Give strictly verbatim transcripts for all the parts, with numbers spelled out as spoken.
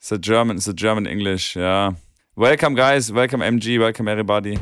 It's a German, it's a German English, ja. Welcome guys, welcome M G, welcome everybody.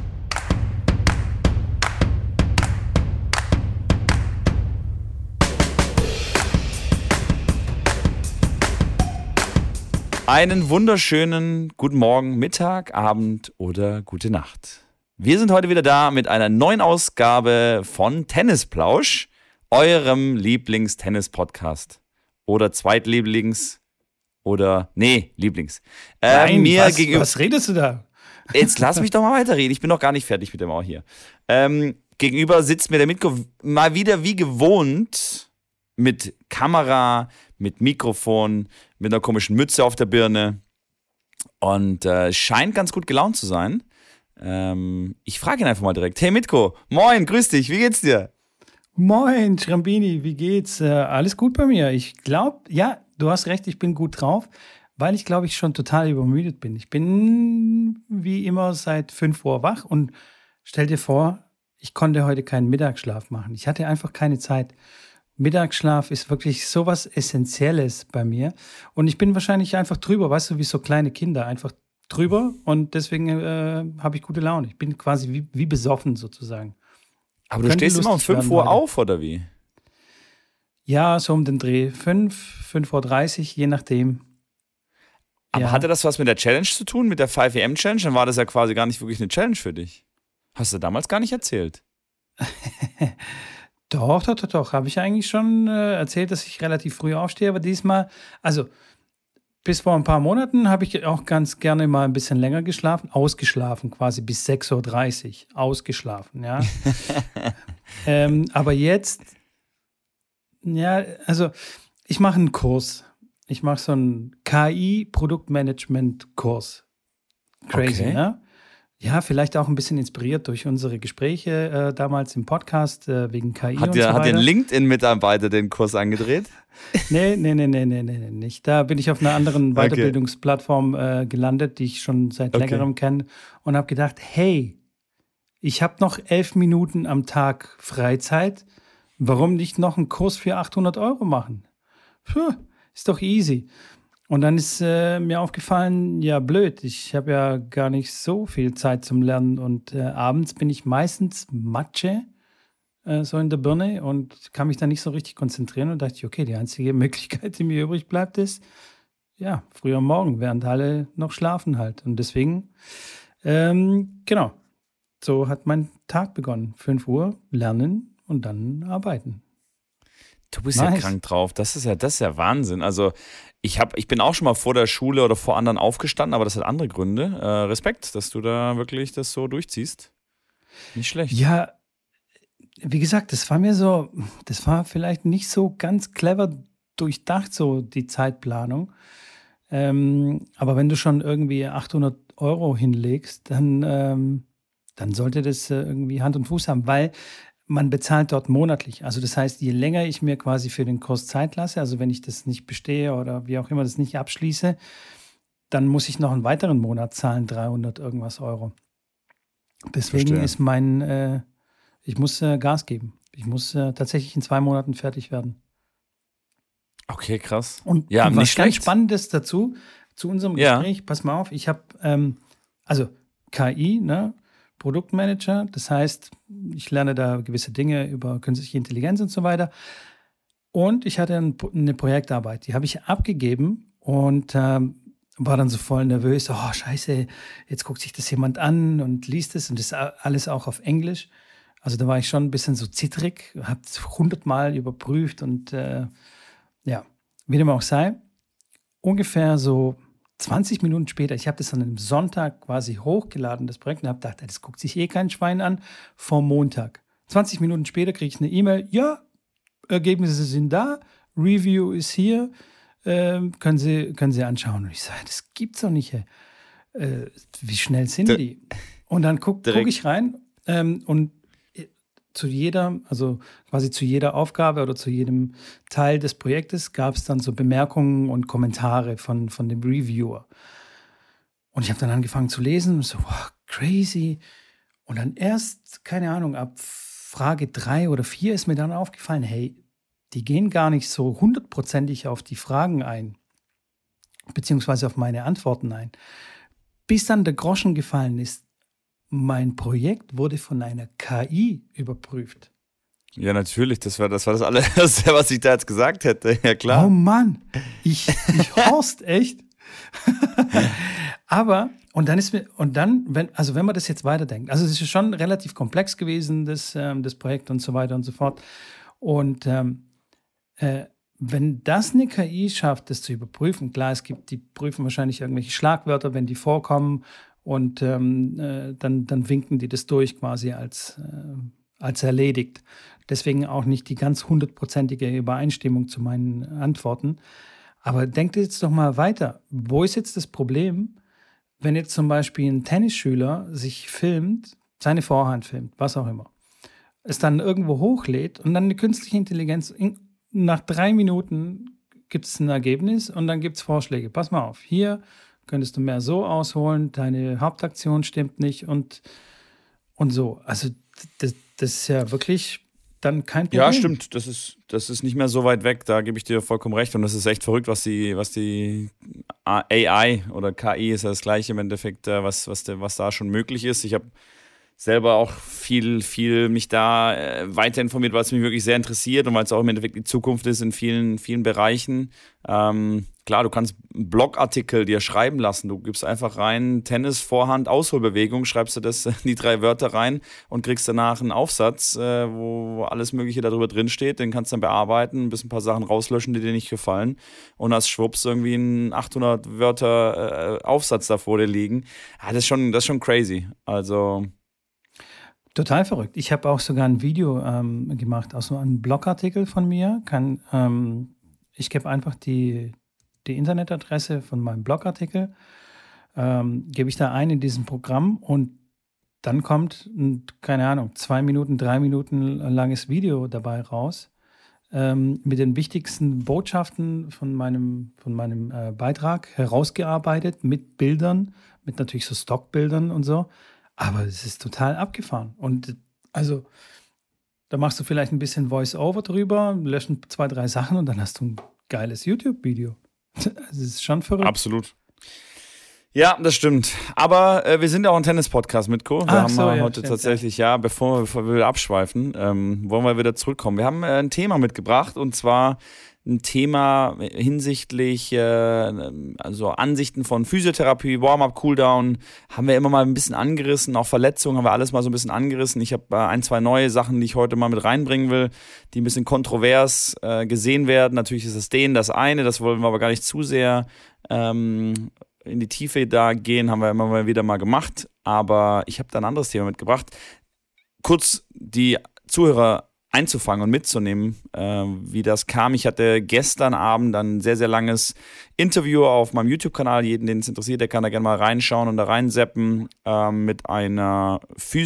Einen wunderschönen guten Morgen, Mittag, Abend oder gute Nacht. Wir sind heute wieder da mit einer neuen Ausgabe von Tennisplausch, eurem Lieblings-Tennis-Podcast. Oder Zweitlieblings oder, nee, Lieblings. Äh, Nein, mir was, gegenüber, was redest du da? Jetzt lass mich doch mal weiterreden, ich bin noch gar nicht fertig mit dem auch hier. Ähm, gegenüber sitzt mir der Mitko mal wieder wie gewohnt mit Kamera, mit Mikrofon, mit einer komischen Mütze auf der Birne und äh, scheint ganz gut gelaunt zu sein. Ähm, ich frage ihn einfach mal direkt. Hey Mitko, moin, grüß dich, wie geht's dir? Moin, Schrambini, wie geht's? Äh, alles gut bei mir. Ich glaube, ja, du hast recht, ich bin gut drauf, weil ich glaube, ich schon total übermüdet bin. Ich bin wie immer seit fünf Uhr wach und stell dir vor, ich konnte heute keinen Mittagsschlaf machen. Ich hatte einfach keine Zeit. Mittagsschlaf ist wirklich sowas Essentielles bei mir. Und ich bin wahrscheinlich einfach drüber, weißt du, wie so kleine Kinder, einfach drüber. Und deswegen äh, habe ich gute Laune. Ich bin quasi wie, wie besoffen sozusagen. Aber du stehst immer um fünf Uhr auf, oder wie? Ja, so um den Dreh. fünf, fünf Uhr dreißig, je nachdem. Aber ja. Hatte das was mit der Challenge zu tun, mit der fünf A M Challenge? Dann war das ja quasi gar nicht wirklich eine Challenge für dich. Hast du damals gar nicht erzählt? Doch, doch, doch, doch. Habe ich eigentlich schon äh, erzählt, dass ich relativ früh aufstehe. Aber diesmal, also bis vor ein paar Monaten habe ich auch ganz gerne mal ein bisschen länger geschlafen. Ausgeschlafen quasi bis sechs Uhr dreißig. Ausgeschlafen, ja. ähm, aber jetzt, ja, also ich mache einen Kurs. Ich mache so einen K I-Produktmanagement-Kurs. Crazy, okay. ne? Ja, vielleicht auch ein bisschen inspiriert durch unsere Gespräche äh, damals im Podcast äh, wegen K I hat und dir, so weiter. Hat dir ein LinkedIn-Mitarbeiter den Kurs angedreht? Nee, nee, nee, nee, nee, nee, nicht. Da bin ich auf einer anderen Weiterbildungsplattform äh, gelandet, die ich schon seit okay. längerem kenne und habe gedacht, hey, ich habe noch elf Minuten am Tag Freizeit, warum nicht noch einen Kurs für achthundert Euro machen? Puh, ist doch easy. Und dann ist äh, mir aufgefallen, ja blöd, ich habe ja gar nicht so viel Zeit zum Lernen und äh, abends bin ich meistens Matsche, äh, so in der Birne und kann mich da nicht so richtig konzentrieren und dachte ich, okay, die einzige Möglichkeit, die mir übrig bleibt, ist, ja, früh am Morgen, während alle noch schlafen halt. Und deswegen, ähm, genau, so hat mein Tag begonnen. fünf Uhr lernen und dann arbeiten. Du bist Nice. Ja krank drauf. Das ist ja, das ist ja Wahnsinn. Also ich, hab, ich bin auch schon mal vor der Schule oder vor anderen aufgestanden, aber das hat andere Gründe. Äh, Respekt, dass du da wirklich das so durchziehst. Nicht schlecht. Ja, wie gesagt, das war mir so, das war vielleicht nicht so ganz clever durchdacht, so die Zeitplanung. Ähm, aber wenn du schon irgendwie achthundert Euro hinlegst, dann, ähm, dann sollte das äh, irgendwie Hand und Fuß haben, weil man bezahlt dort monatlich. Also das heißt, je länger ich mir quasi für den Kurs Zeit lasse, also wenn ich das nicht bestehe oder wie auch immer das nicht abschließe, dann muss ich noch einen weiteren Monat zahlen, dreihundert irgendwas Euro. Deswegen Verstehe. ist mein, äh, ich muss äh, Gas geben. Ich muss äh, tatsächlich in zwei Monaten fertig werden. Okay, krass. Und ja, was nicht ganz schlecht. Spannendes dazu, zu unserem Ja. Gespräch, pass mal auf, ich habe, ähm, also K I, ne? Produktmanager, das heißt, ich lerne da gewisse Dinge über künstliche Intelligenz und so weiter. Und ich hatte ein, eine Projektarbeit, die habe ich abgegeben und ähm, war dann so voll nervös. Oh, scheiße, jetzt guckt sich das jemand an und liest es und das ist alles auch auf Englisch. Also da war ich schon ein bisschen so zittrig, habe es hundertmal überprüft und äh, ja, wie dem auch sei, ungefähr so zwanzig Minuten später, ich habe das an einem Sonntag quasi hochgeladen, das Projekt, und habe gedacht, das guckt sich eh kein Schwein an, vor Montag. zwanzig Minuten später kriege ich eine E-Mail, ja, Ergebnisse sind da, Review ist hier, ähm, können, Sie, können Sie anschauen. Und ich sage, das gibt's doch nicht. Äh, wie schnell sind die? Und dann gucke guck ich rein ähm, und zu jeder, also quasi zu jeder Aufgabe oder zu jedem Teil des Projektes gab es dann so Bemerkungen und Kommentare von, von dem Reviewer. Und ich habe dann angefangen zu lesen und so, wow, crazy. Und dann erst, keine Ahnung, ab Frage drei oder vier ist mir dann aufgefallen, hey, die gehen gar nicht so hundertprozentig auf die Fragen ein. beziehungsweise auf meine Antworten ein. Bis dann der Groschen gefallen ist, mein Projekt wurde von einer K I überprüft. Ja, natürlich, das war das, war das Allererste, was ich da jetzt gesagt hätte, ja klar. Oh Mann, ich, ich horst echt. Aber, und dann ist mir, und dann, wenn, also wenn man das jetzt weiterdenkt, also es ist schon relativ komplex gewesen, das, ähm, das Projekt und so weiter und so fort. Und ähm, äh, wenn das eine K I schafft, das zu überprüfen, klar, es gibt, die prüfen wahrscheinlich irgendwelche Schlagwörter, wenn die vorkommen, und ähm, äh, dann, dann winken die das durch quasi als, äh, als erledigt. Deswegen auch nicht die ganz hundertprozentige Übereinstimmung zu meinen Antworten. Aber denkt jetzt doch mal weiter. Wo ist jetzt das Problem, wenn jetzt zum Beispiel ein Tennisschüler sich filmt, seine Vorhand filmt, was auch immer, es dann irgendwo hochlädt und dann eine künstliche Intelligenz, in, nach drei Minuten gibt es ein Ergebnis und dann gibt es Vorschläge. Pass mal auf, hier könntest du mehr so ausholen, deine Hauptaktion stimmt nicht und, und so. Also das, das ist ja wirklich dann kein Problem. Ja, stimmt. Das ist, das ist nicht mehr so weit weg. Da gebe ich dir vollkommen recht. Und das ist echt verrückt, was die, was die A I oder K I ist ja das Gleiche im Endeffekt, was, was, der, was da schon möglich ist. Ich habe selber auch viel, viel mich da äh, weiter informiert, weil es mich wirklich sehr interessiert und weil es auch im Endeffekt die Zukunft ist in vielen, vielen Bereichen. Ähm, klar, du kannst einen Blogartikel dir schreiben lassen. Du gibst einfach rein Tennis, Vorhand, Ausholbewegung, schreibst du das, die drei Wörter rein und kriegst danach einen Aufsatz, äh, wo, wo alles Mögliche darüber drinsteht. Den kannst du dann bearbeiten, ein bisschen ein paar Sachen rauslöschen, die dir nicht gefallen. Und hast schwupps irgendwie einen achthundert Wörter äh, Aufsatz da vor dir liegen. Ja, das ist schon, das ist schon crazy. Also total verrückt. Ich habe auch sogar ein Video ähm, gemacht aus so einem Blogartikel von mir. Kann, ähm, ich gebe einfach die, die Internetadresse von meinem Blogartikel, ähm, gebe ich da ein in diesem Programm und dann kommt, ein, keine Ahnung, zwei Minuten, drei Minuten langes Video dabei raus ähm, mit den wichtigsten Botschaften von meinem, von meinem äh, Beitrag herausgearbeitet mit Bildern, mit natürlich so Stockbildern und so. Aber es ist total abgefahren. Und also, da machst du vielleicht ein bisschen Voice-Over drüber, löschen zwei, drei Sachen und dann hast du ein geiles YouTube-Video. Das ist schon verrückt. Absolut. Ja, das stimmt. Aber äh, wir sind ja auch ein Tennis-Podcast, Mitko. Wir Ach haben so, äh, ja, heute stimmt, tatsächlich, ja, bevor wir, bevor wir wieder abschweifen, ähm, wollen wir wieder zurückkommen. Wir haben äh, ein Thema mitgebracht und zwar ein Thema hinsichtlich äh, also Ansichten von Physiotherapie, Warm-up, Cooldown, haben wir immer mal ein bisschen angerissen, auch Verletzungen haben wir alles mal so ein bisschen angerissen. Ich habe äh, ein, zwei neue Sachen, die ich heute mal mit reinbringen will, die ein bisschen kontrovers äh, gesehen werden. Natürlich ist es denen das eine, das wollen wir aber gar nicht zu sehr ähm, in die Tiefe da gehen, haben wir immer mal wieder mal gemacht, aber ich habe da ein anderes Thema mitgebracht. Kurz die Zuhörer einzufangen und mitzunehmen, äh, wie das kam. Ich hatte gestern Abend ein sehr, sehr langes Interview auf meinem YouTube-Kanal. Jeden, den es interessiert, der kann da gerne mal reinschauen und da reinseppen, äh, mit einer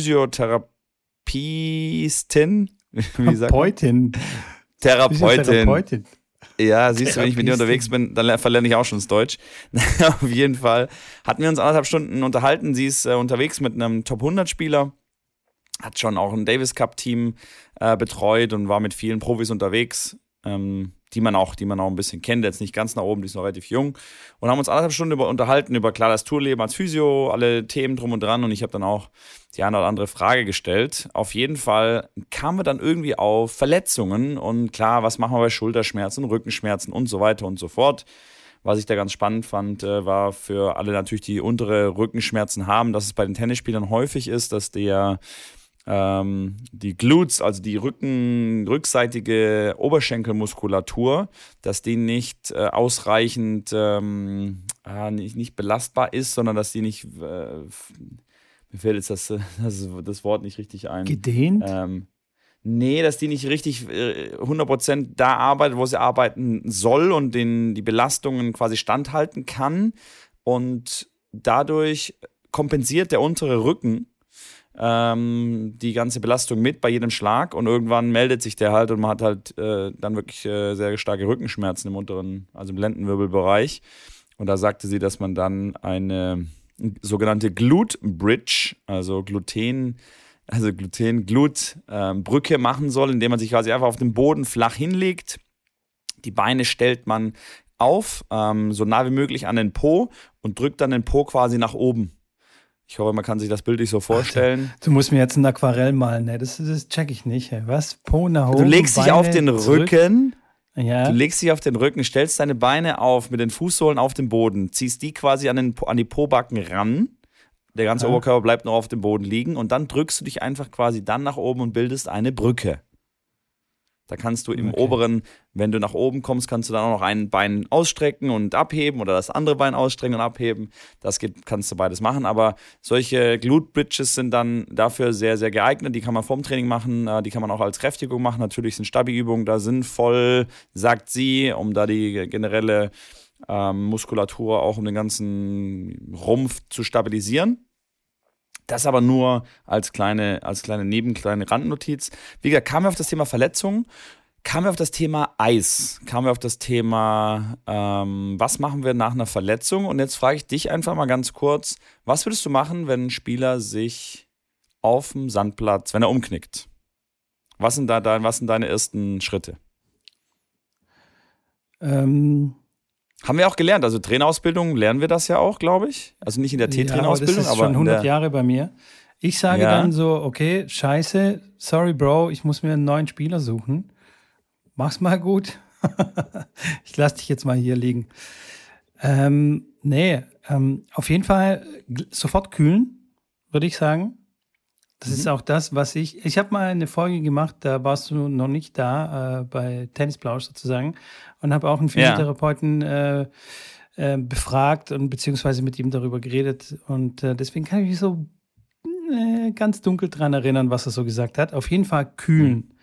Physiotherapeutin. Wie sagt man? Therapeutin. Therapeutin. Ja, siehst du, wenn ich mit dir unterwegs bin, dann verlerne ich auch schon das Deutsch. Auf jeden Fall hatten wir uns anderthalb Stunden unterhalten. Sie ist äh, unterwegs mit einem Top hundert Spieler. Hat schon auch ein Davis Cup Team äh, betreut und war mit vielen Profis unterwegs, ähm, die man auch, die man auch ein bisschen kennt, jetzt nicht ganz nach oben, die ist noch relativ jung, und haben uns anderthalb Stunden über, unterhalten über klar das Tourleben als Physio, alle Themen drum und dran, und ich habe dann auch die eine oder andere Frage gestellt. Auf jeden Fall kamen wir dann irgendwie auf Verletzungen und klar, was machen wir bei Schulterschmerzen, Rückenschmerzen und so weiter und so fort. Was ich da ganz spannend fand, äh, war für alle natürlich, die untere Rückenschmerzen haben, dass es bei den Tennisspielern häufig ist, dass der ähm, die Glutes, also die Rücken, rückseitige Oberschenkelmuskulatur, dass die nicht äh, ausreichend ähm, äh, nicht, nicht belastbar ist, sondern dass die nicht, äh, mir fällt jetzt das, das, das Wort nicht richtig ein. Gedehnt? Ähm, Nee, dass die nicht richtig äh, hundert Prozent da arbeitet, wo sie arbeiten soll und den, die Belastungen quasi standhalten kann. Und dadurch kompensiert der untere Rücken ähm, die ganze Belastung mit bei jedem Schlag. Und irgendwann meldet sich der halt und man hat halt äh, dann wirklich äh, sehr starke Rückenschmerzen im unteren, also im Lendenwirbelbereich. Und da sagte sie, dass man dann eine sogenannte Glute Bridge, also Gluten, also Gluten-Glut-Brücke ähm, machen soll, indem man sich quasi einfach auf dem Boden flach hinlegt. Die Beine stellt man auf, ähm, so nah wie möglich an den Po und drückt dann den Po quasi nach oben. Ich hoffe, man kann sich das bildlich so vorstellen. Ach, du, du musst mir jetzt ein Aquarell malen, ne? Das, das check ich nicht. Ey. Was? Po nach oben, Du legst dich Beine auf den zurück. Rücken, Ja. du legst dich auf den Rücken, stellst deine Beine auf mit den Fußsohlen auf den Boden, ziehst die quasi an, den, an die Pobacken ran. Der ganze Ja. Oberkörper bleibt noch auf dem Boden liegen und dann drückst du dich einfach quasi dann nach oben und bildest eine Brücke. Da kannst du im Okay. oberen, wenn du nach oben kommst, kannst du dann auch noch ein Bein ausstrecken und abheben oder das andere Bein ausstrecken und abheben. Das geht, kannst du beides machen, aber solche Glute Bridges sind dann dafür sehr, sehr geeignet. Die kann man vorm Training machen, die kann man auch als Kräftigung machen. Natürlich sind Stabi-Übungen da sinnvoll, sagt sie, um da die generelle ähm, Muskulatur auch um den ganzen Rumpf zu stabilisieren. Das aber nur als kleine, als kleine Neben-, kleine Randnotiz. Wie gesagt, kamen wir auf das Thema Verletzungen, kamen wir auf das Thema Eis, kamen wir auf das Thema, ähm, was machen wir nach einer Verletzung? Und jetzt frage ich dich einfach mal ganz kurz, was würdest du machen, wenn ein Spieler sich auf dem Sandplatz, wenn er umknickt? Was sind da, da was sind deine ersten Schritte? Ähm, Haben wir auch gelernt, also Trainerausbildung lernen wir das ja auch, glaube ich. Also nicht in der T-Trainerausbildung, ja, aber das ist aber schon in hundert der, Jahre bei mir. Ich sage Ja. dann so, okay, scheiße, sorry Bro, ich muss mir einen neuen Spieler suchen. Mach's mal gut. Ich lasse dich jetzt mal hier liegen. Ähm, nee, ähm, auf jeden Fall g- sofort kühlen, würde ich sagen. Das ist auch das, was ich. Ich habe mal eine Folge gemacht, da warst du noch nicht da, äh, bei Tennisplausch sozusagen, und habe auch einen Physiotherapeuten äh, äh, befragt und beziehungsweise mit ihm darüber geredet. Und äh, deswegen kann ich mich so äh, ganz dunkel dran erinnern, was er so gesagt hat. Auf jeden Fall kühlen.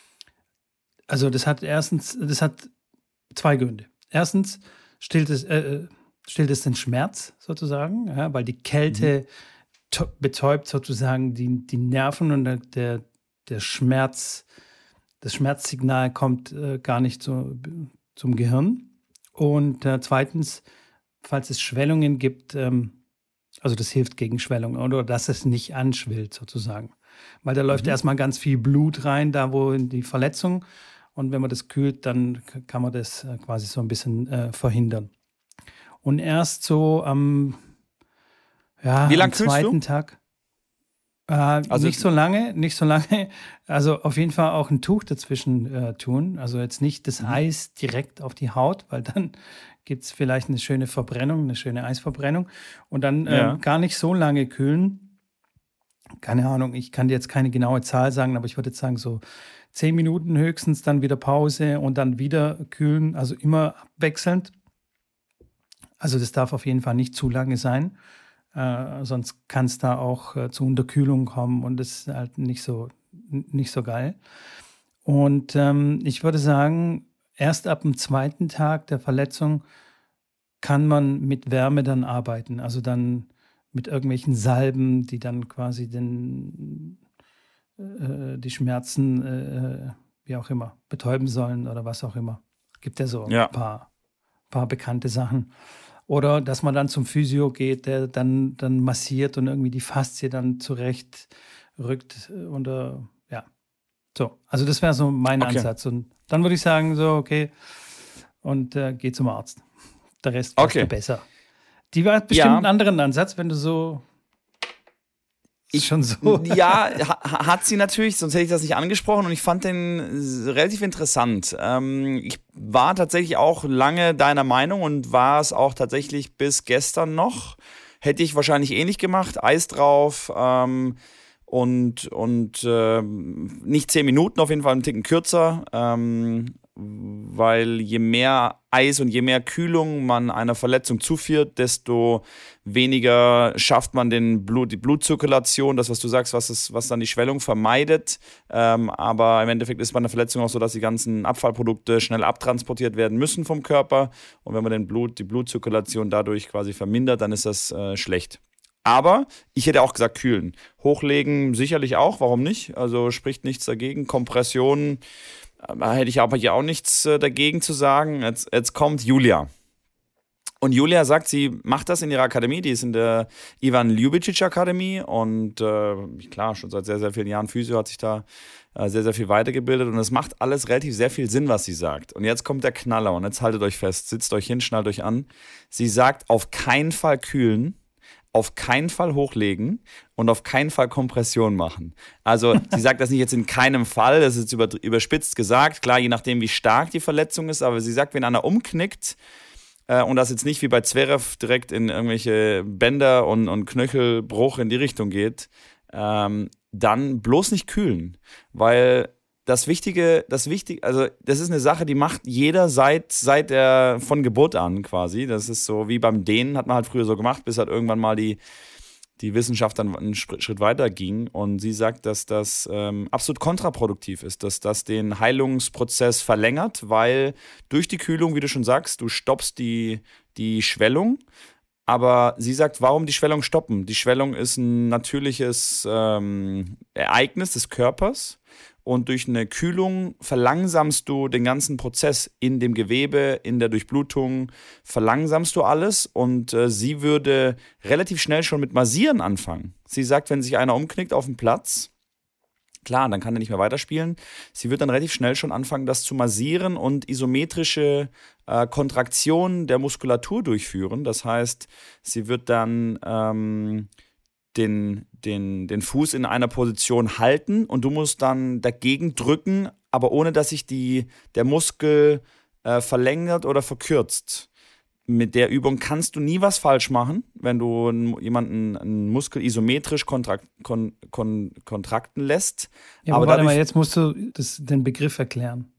Also das hat erstens, das hat zwei Gründe. Erstens stillt es, äh, stillt es den Schmerz sozusagen, ja, weil die Kälte to- betäubt sozusagen die, die Nerven und der, der, der Schmerz, das Schmerzsignal kommt äh, gar nicht zu, zum Gehirn. Und äh, zweitens, falls es Schwellungen gibt, ähm, also das hilft gegen Schwellungen oder dass es nicht anschwillt sozusagen. Weil da läuft erstmal ganz viel Blut rein, da wo in die Verletzung. Und wenn man das kühlt, dann k- kann man das äh, quasi so ein bisschen äh, verhindern. Und erst so am, ja, Wie lang am kühlst du? zweiten Tag. Äh, Also- nicht so lange, nicht so lange. Also auf jeden Fall auch ein Tuch dazwischen äh, tun. Also jetzt nicht das Eis direkt auf die Haut, weil dann gibt es vielleicht eine schöne Verbrennung, eine schöne Eisverbrennung. Und dann ähm, Ja. gar nicht so lange kühlen. Keine Ahnung, ich kann dir jetzt keine genaue Zahl sagen, aber ich würde jetzt sagen, so zehn Minuten höchstens, dann wieder Pause und dann wieder kühlen. Also immer abwechselnd. Also das darf auf jeden Fall nicht zu lange sein. Äh, sonst kann es da auch äh, zu Unterkühlung kommen und das ist halt nicht so, n- nicht so geil. Und ähm, ich würde sagen, erst ab dem zweiten Tag der Verletzung kann man mit Wärme dann arbeiten. Also dann mit irgendwelchen Salben, die dann quasi den, äh, die Schmerzen, äh, wie auch immer, betäuben sollen oder was auch immer. Gibt ja so Ja. ein paar, paar bekannte Sachen. Oder dass man dann zum Physio geht, der dann, dann massiert und irgendwie die Faszie dann zurecht rückt. Und äh, ja, so. Also das wäre so mein Okay. Ansatz. Und dann würde ich sagen, so, okay, und äh, geh zum Arzt. Der Rest weißt Okay. du besser. Die war bestimmt Ja. einen anderen Ansatz, wenn du so Ich- schon so. Ja, ha- hat sie natürlich, sonst hätte ich das nicht angesprochen und ich fand den äh, relativ interessant. Ähm, ich war tatsächlich auch lange deiner Meinung und war es auch tatsächlich bis gestern noch. Hätte ich wahrscheinlich ähnlich gemacht, Eis drauf ähm, und, und ähm, nicht zehn Minuten, auf jeden Fall einen Ticken kürzer, ähm, weil je mehr Eis und je mehr Kühlung man einer Verletzung zuführt, desto weniger schafft man den Blut, die Blutzirkulation, das, was du sagst, was, ist, was dann die Schwellung vermeidet. Ähm, aber im Endeffekt ist bei einer Verletzung auch so, dass die ganzen Abfallprodukte schnell abtransportiert werden müssen vom Körper. Und wenn man den Blut, die Blutzirkulation dadurch quasi vermindert, dann ist das äh, schlecht. Aber ich hätte auch gesagt, kühlen. Hochlegen sicherlich auch, warum nicht? Also spricht nichts dagegen. Kompression, da hätte ich aber hier auch nichts äh, dagegen zu sagen. Jetzt, jetzt kommt Julia. Und Julia sagt, sie macht das in ihrer Akademie, die ist in der Ivan Ljubicic Akademie und äh, klar, schon seit sehr, sehr vielen Jahren Physio, hat sich da äh, sehr, sehr viel weitergebildet und es macht alles relativ sehr viel Sinn, was sie sagt. Und jetzt kommt der Knaller und jetzt haltet euch fest, sitzt euch hin, schnallt euch an. Sie sagt, auf keinen Fall kühlen, auf keinen Fall hochlegen und auf keinen Fall Kompression machen. Also sie sagt das nicht jetzt in keinem Fall, das ist jetzt über, überspitzt gesagt, klar, je nachdem wie stark die Verletzung ist, aber sie sagt, wenn einer umknickt äh, und das jetzt nicht wie bei Zverev direkt in irgendwelche Bänder und, und Knöchelbruch in die Richtung geht, ähm, dann bloß nicht kühlen, weil das Wichtige, das Wichtige, also das ist eine Sache, die macht jeder seit, seit der von Geburt an quasi. Das ist so wie beim Dehnen, hat man halt früher so gemacht, bis halt irgendwann mal die, die Wissenschaft dann einen Schritt weiter ging. Und sie sagt, dass das ähm, absolut kontraproduktiv ist, dass das den Heilungsprozess verlängert, weil durch die Kühlung, wie du schon sagst, du stoppst die, die Schwellung. Aber sie sagt, warum die Schwellung stoppen? Die Schwellung ist ein natürliches ähm, Ereignis des Körpers. Und durch eine Kühlung verlangsamst du den ganzen Prozess in dem Gewebe, in der Durchblutung, verlangsamst du alles. Und äh, sie würde relativ schnell schon mit Massieren anfangen. Sie sagt, wenn sich einer umknickt auf dem Platz, klar, dann kann er nicht mehr weiterspielen. Sie wird dann relativ schnell schon anfangen, das zu massieren und isometrische äh, Kontraktionen der Muskulatur durchführen. Das heißt, sie wird dann ähm, den, den, den Fuß in einer Position halten und du musst dann dagegen drücken, aber ohne, dass sich die, der Muskel äh, verlängert oder verkürzt. Mit der Übung kannst du nie was falsch machen, wenn du jemanden einen Muskel isometrisch kontrakt, kon, kon, kontrakten lässt. Ja, aber, aber warte mal, jetzt musst du das, den Begriff erklären.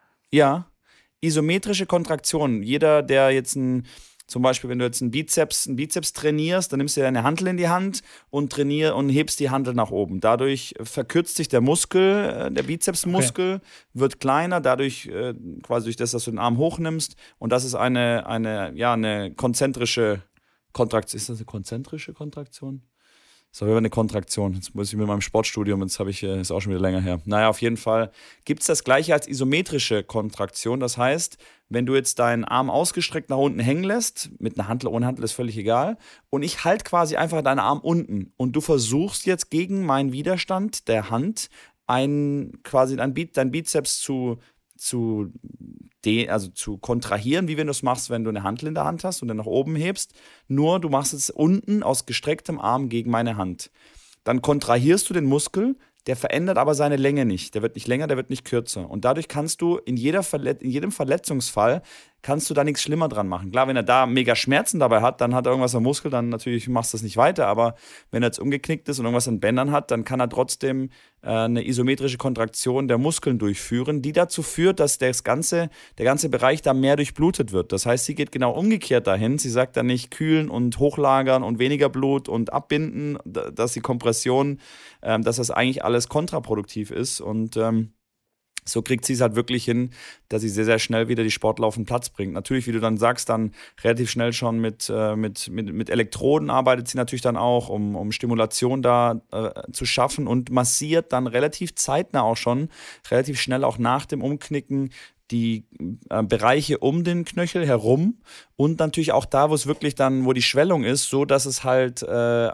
Ja, isometrische Kontraktion. Jeder, der jetzt ein Zum Beispiel, wenn du jetzt einen Bizeps, einen Bizeps trainierst, dann nimmst du deine Hantel in die Hand und trainier und hebst die Hantel nach oben. Dadurch verkürzt sich der Muskel, der Bizepsmuskel, okay. wird kleiner, dadurch quasi durch das, dass du den Arm hochnimmst. Und das ist eine, eine, ja, eine konzentrische Kontraktion. Ist das eine konzentrische Kontraktion? Das ist aber eine Kontraktion. Jetzt muss ich mit meinem Sportstudium, jetzt habe ich, ist auch schon wieder länger her. Naja, auf jeden Fall gibt es das Gleiche als isometrische Kontraktion. Das heißt, wenn du jetzt deinen Arm ausgestreckt nach unten hängen lässt, mit einer Hantel, ohne Hantel ist völlig egal, und ich halte quasi einfach deinen Arm unten und du versuchst jetzt gegen meinen Widerstand der Hand ein, quasi dein, dein Bizeps zu zu, de, also zu kontrahieren, wie wenn du es machst, wenn du eine Hantel in der Hand hast und dann nach oben hebst. Nur du machst es unten aus gestrecktem Arm gegen meine Hand. Dann kontrahierst du den Muskel, der verändert aber seine Länge nicht. Der wird nicht länger, der wird nicht kürzer. Und dadurch kannst du in, jeder Verlet- in jedem Verletzungsfall kannst du da nichts schlimmer dran machen. Klar, wenn er da mega Schmerzen dabei hat, dann hat er irgendwas am Muskel, dann natürlich machst du das nicht weiter. Aber wenn er jetzt umgeknickt ist und irgendwas an Bändern hat, dann kann er trotzdem äh, eine isometrische Kontraktion der Muskeln durchführen, die dazu führt, dass das ganze, der ganze Bereich da mehr durchblutet wird. Das heißt, sie geht genau umgekehrt dahin. Sie sagt dann nicht kühlen und hochlagern und weniger Blut und abbinden, dass die Kompression, äh, dass das eigentlich alles kontraproduktiv ist. Und ähm, so kriegt sie es halt wirklich hin, dass sie sehr, sehr schnell wieder die Sportler auf den Platz bringt. Natürlich, wie du dann sagst, dann relativ schnell schon mit, äh, mit, mit, mit Elektroden arbeitet sie natürlich dann auch, um, um Stimulation da äh, zu schaffen und massiert dann relativ zeitnah auch schon, relativ schnell auch nach dem Umknicken die äh, Bereiche um den Knöchel herum und natürlich auch da, wo es wirklich dann, wo die Schwellung ist, so dass es halt äh,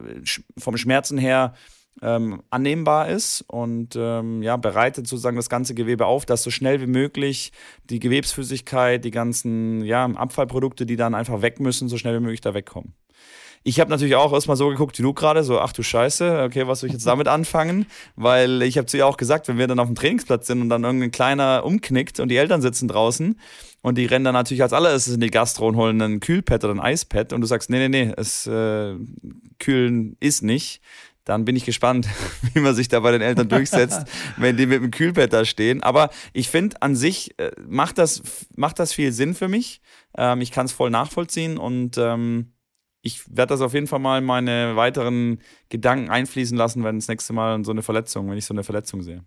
vom Schmerzen her Ähm, annehmbar ist und ähm, ja, bereitet sozusagen das ganze Gewebe auf, dass so schnell wie möglich die Gewebsflüssigkeit, die ganzen ja, Abfallprodukte, die dann einfach weg müssen, so schnell wie möglich da wegkommen. Ich habe natürlich auch erstmal so geguckt wie du gerade, so ach du Scheiße, okay, was soll ich jetzt damit anfangen? Weil ich habe zu ihr auch gesagt, wenn wir dann auf dem Trainingsplatz sind und dann irgendein Kleiner umknickt und die Eltern sitzen draußen und die rennen dann natürlich als allererstes in die Gastro und holen ein Kühlpad oder ein Eispad und du sagst, nee, nee, nee, es äh, kühlen ist nicht, dann bin ich gespannt, wie man sich da bei den Eltern durchsetzt, wenn die mit dem Kühlbett da stehen. Aber ich finde, an sich äh, macht das, macht das viel Sinn für mich. Ähm, ich kann es voll nachvollziehen und ähm, ich werde das auf jeden Fall mal in meine weiteren Gedanken einfließen lassen, wenn das nächste Mal so eine Verletzung, wenn ich so eine Verletzung sehe.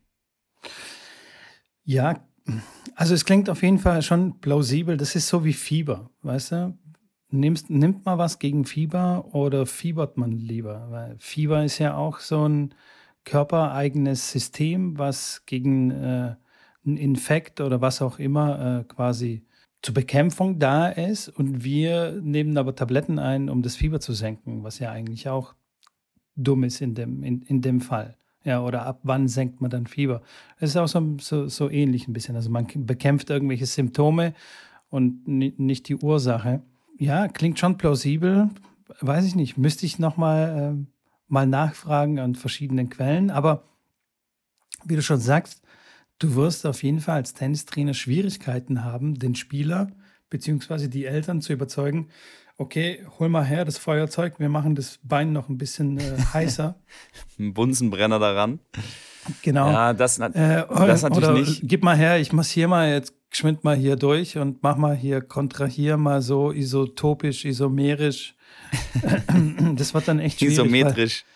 Ja, also es klingt auf jeden Fall schon plausibel. Das ist so wie Fieber, weißt du? Nimmst, nimmt man was gegen Fieber oder fiebert man lieber? Weil Fieber ist ja auch so ein körpereigenes System, was gegen äh, einen Infekt oder was auch immer äh, quasi zur Bekämpfung da ist und wir nehmen aber Tabletten ein, um das Fieber zu senken, was ja eigentlich auch dumm ist in dem, in, in dem Fall. Ja, oder ab wann senkt man dann Fieber? Das ist auch so, so, so ähnlich ein bisschen. Also man bekämpft irgendwelche Symptome und ni- nicht die Ursache. Ja, klingt schon plausibel. Weiß ich nicht. Müsste ich nochmal äh, mal nachfragen an verschiedenen Quellen. Aber wie du schon sagst, du wirst auf jeden Fall als Tennistrainer Schwierigkeiten haben, den Spieler bzw. die Eltern zu überzeugen, okay, hol mal her das Feuerzeug, wir machen das Bein noch ein bisschen äh, heißer. Ein Bunsenbrenner daran. Genau. Ja, das, na- Äh, das natürlich oder nicht. gib mal her, ich massiere mal jetzt geschwind mal hier durch und mach mal hier, kontrahier mal so isotopisch, isomerisch. Das wird dann echt schwierig. Isometrisch.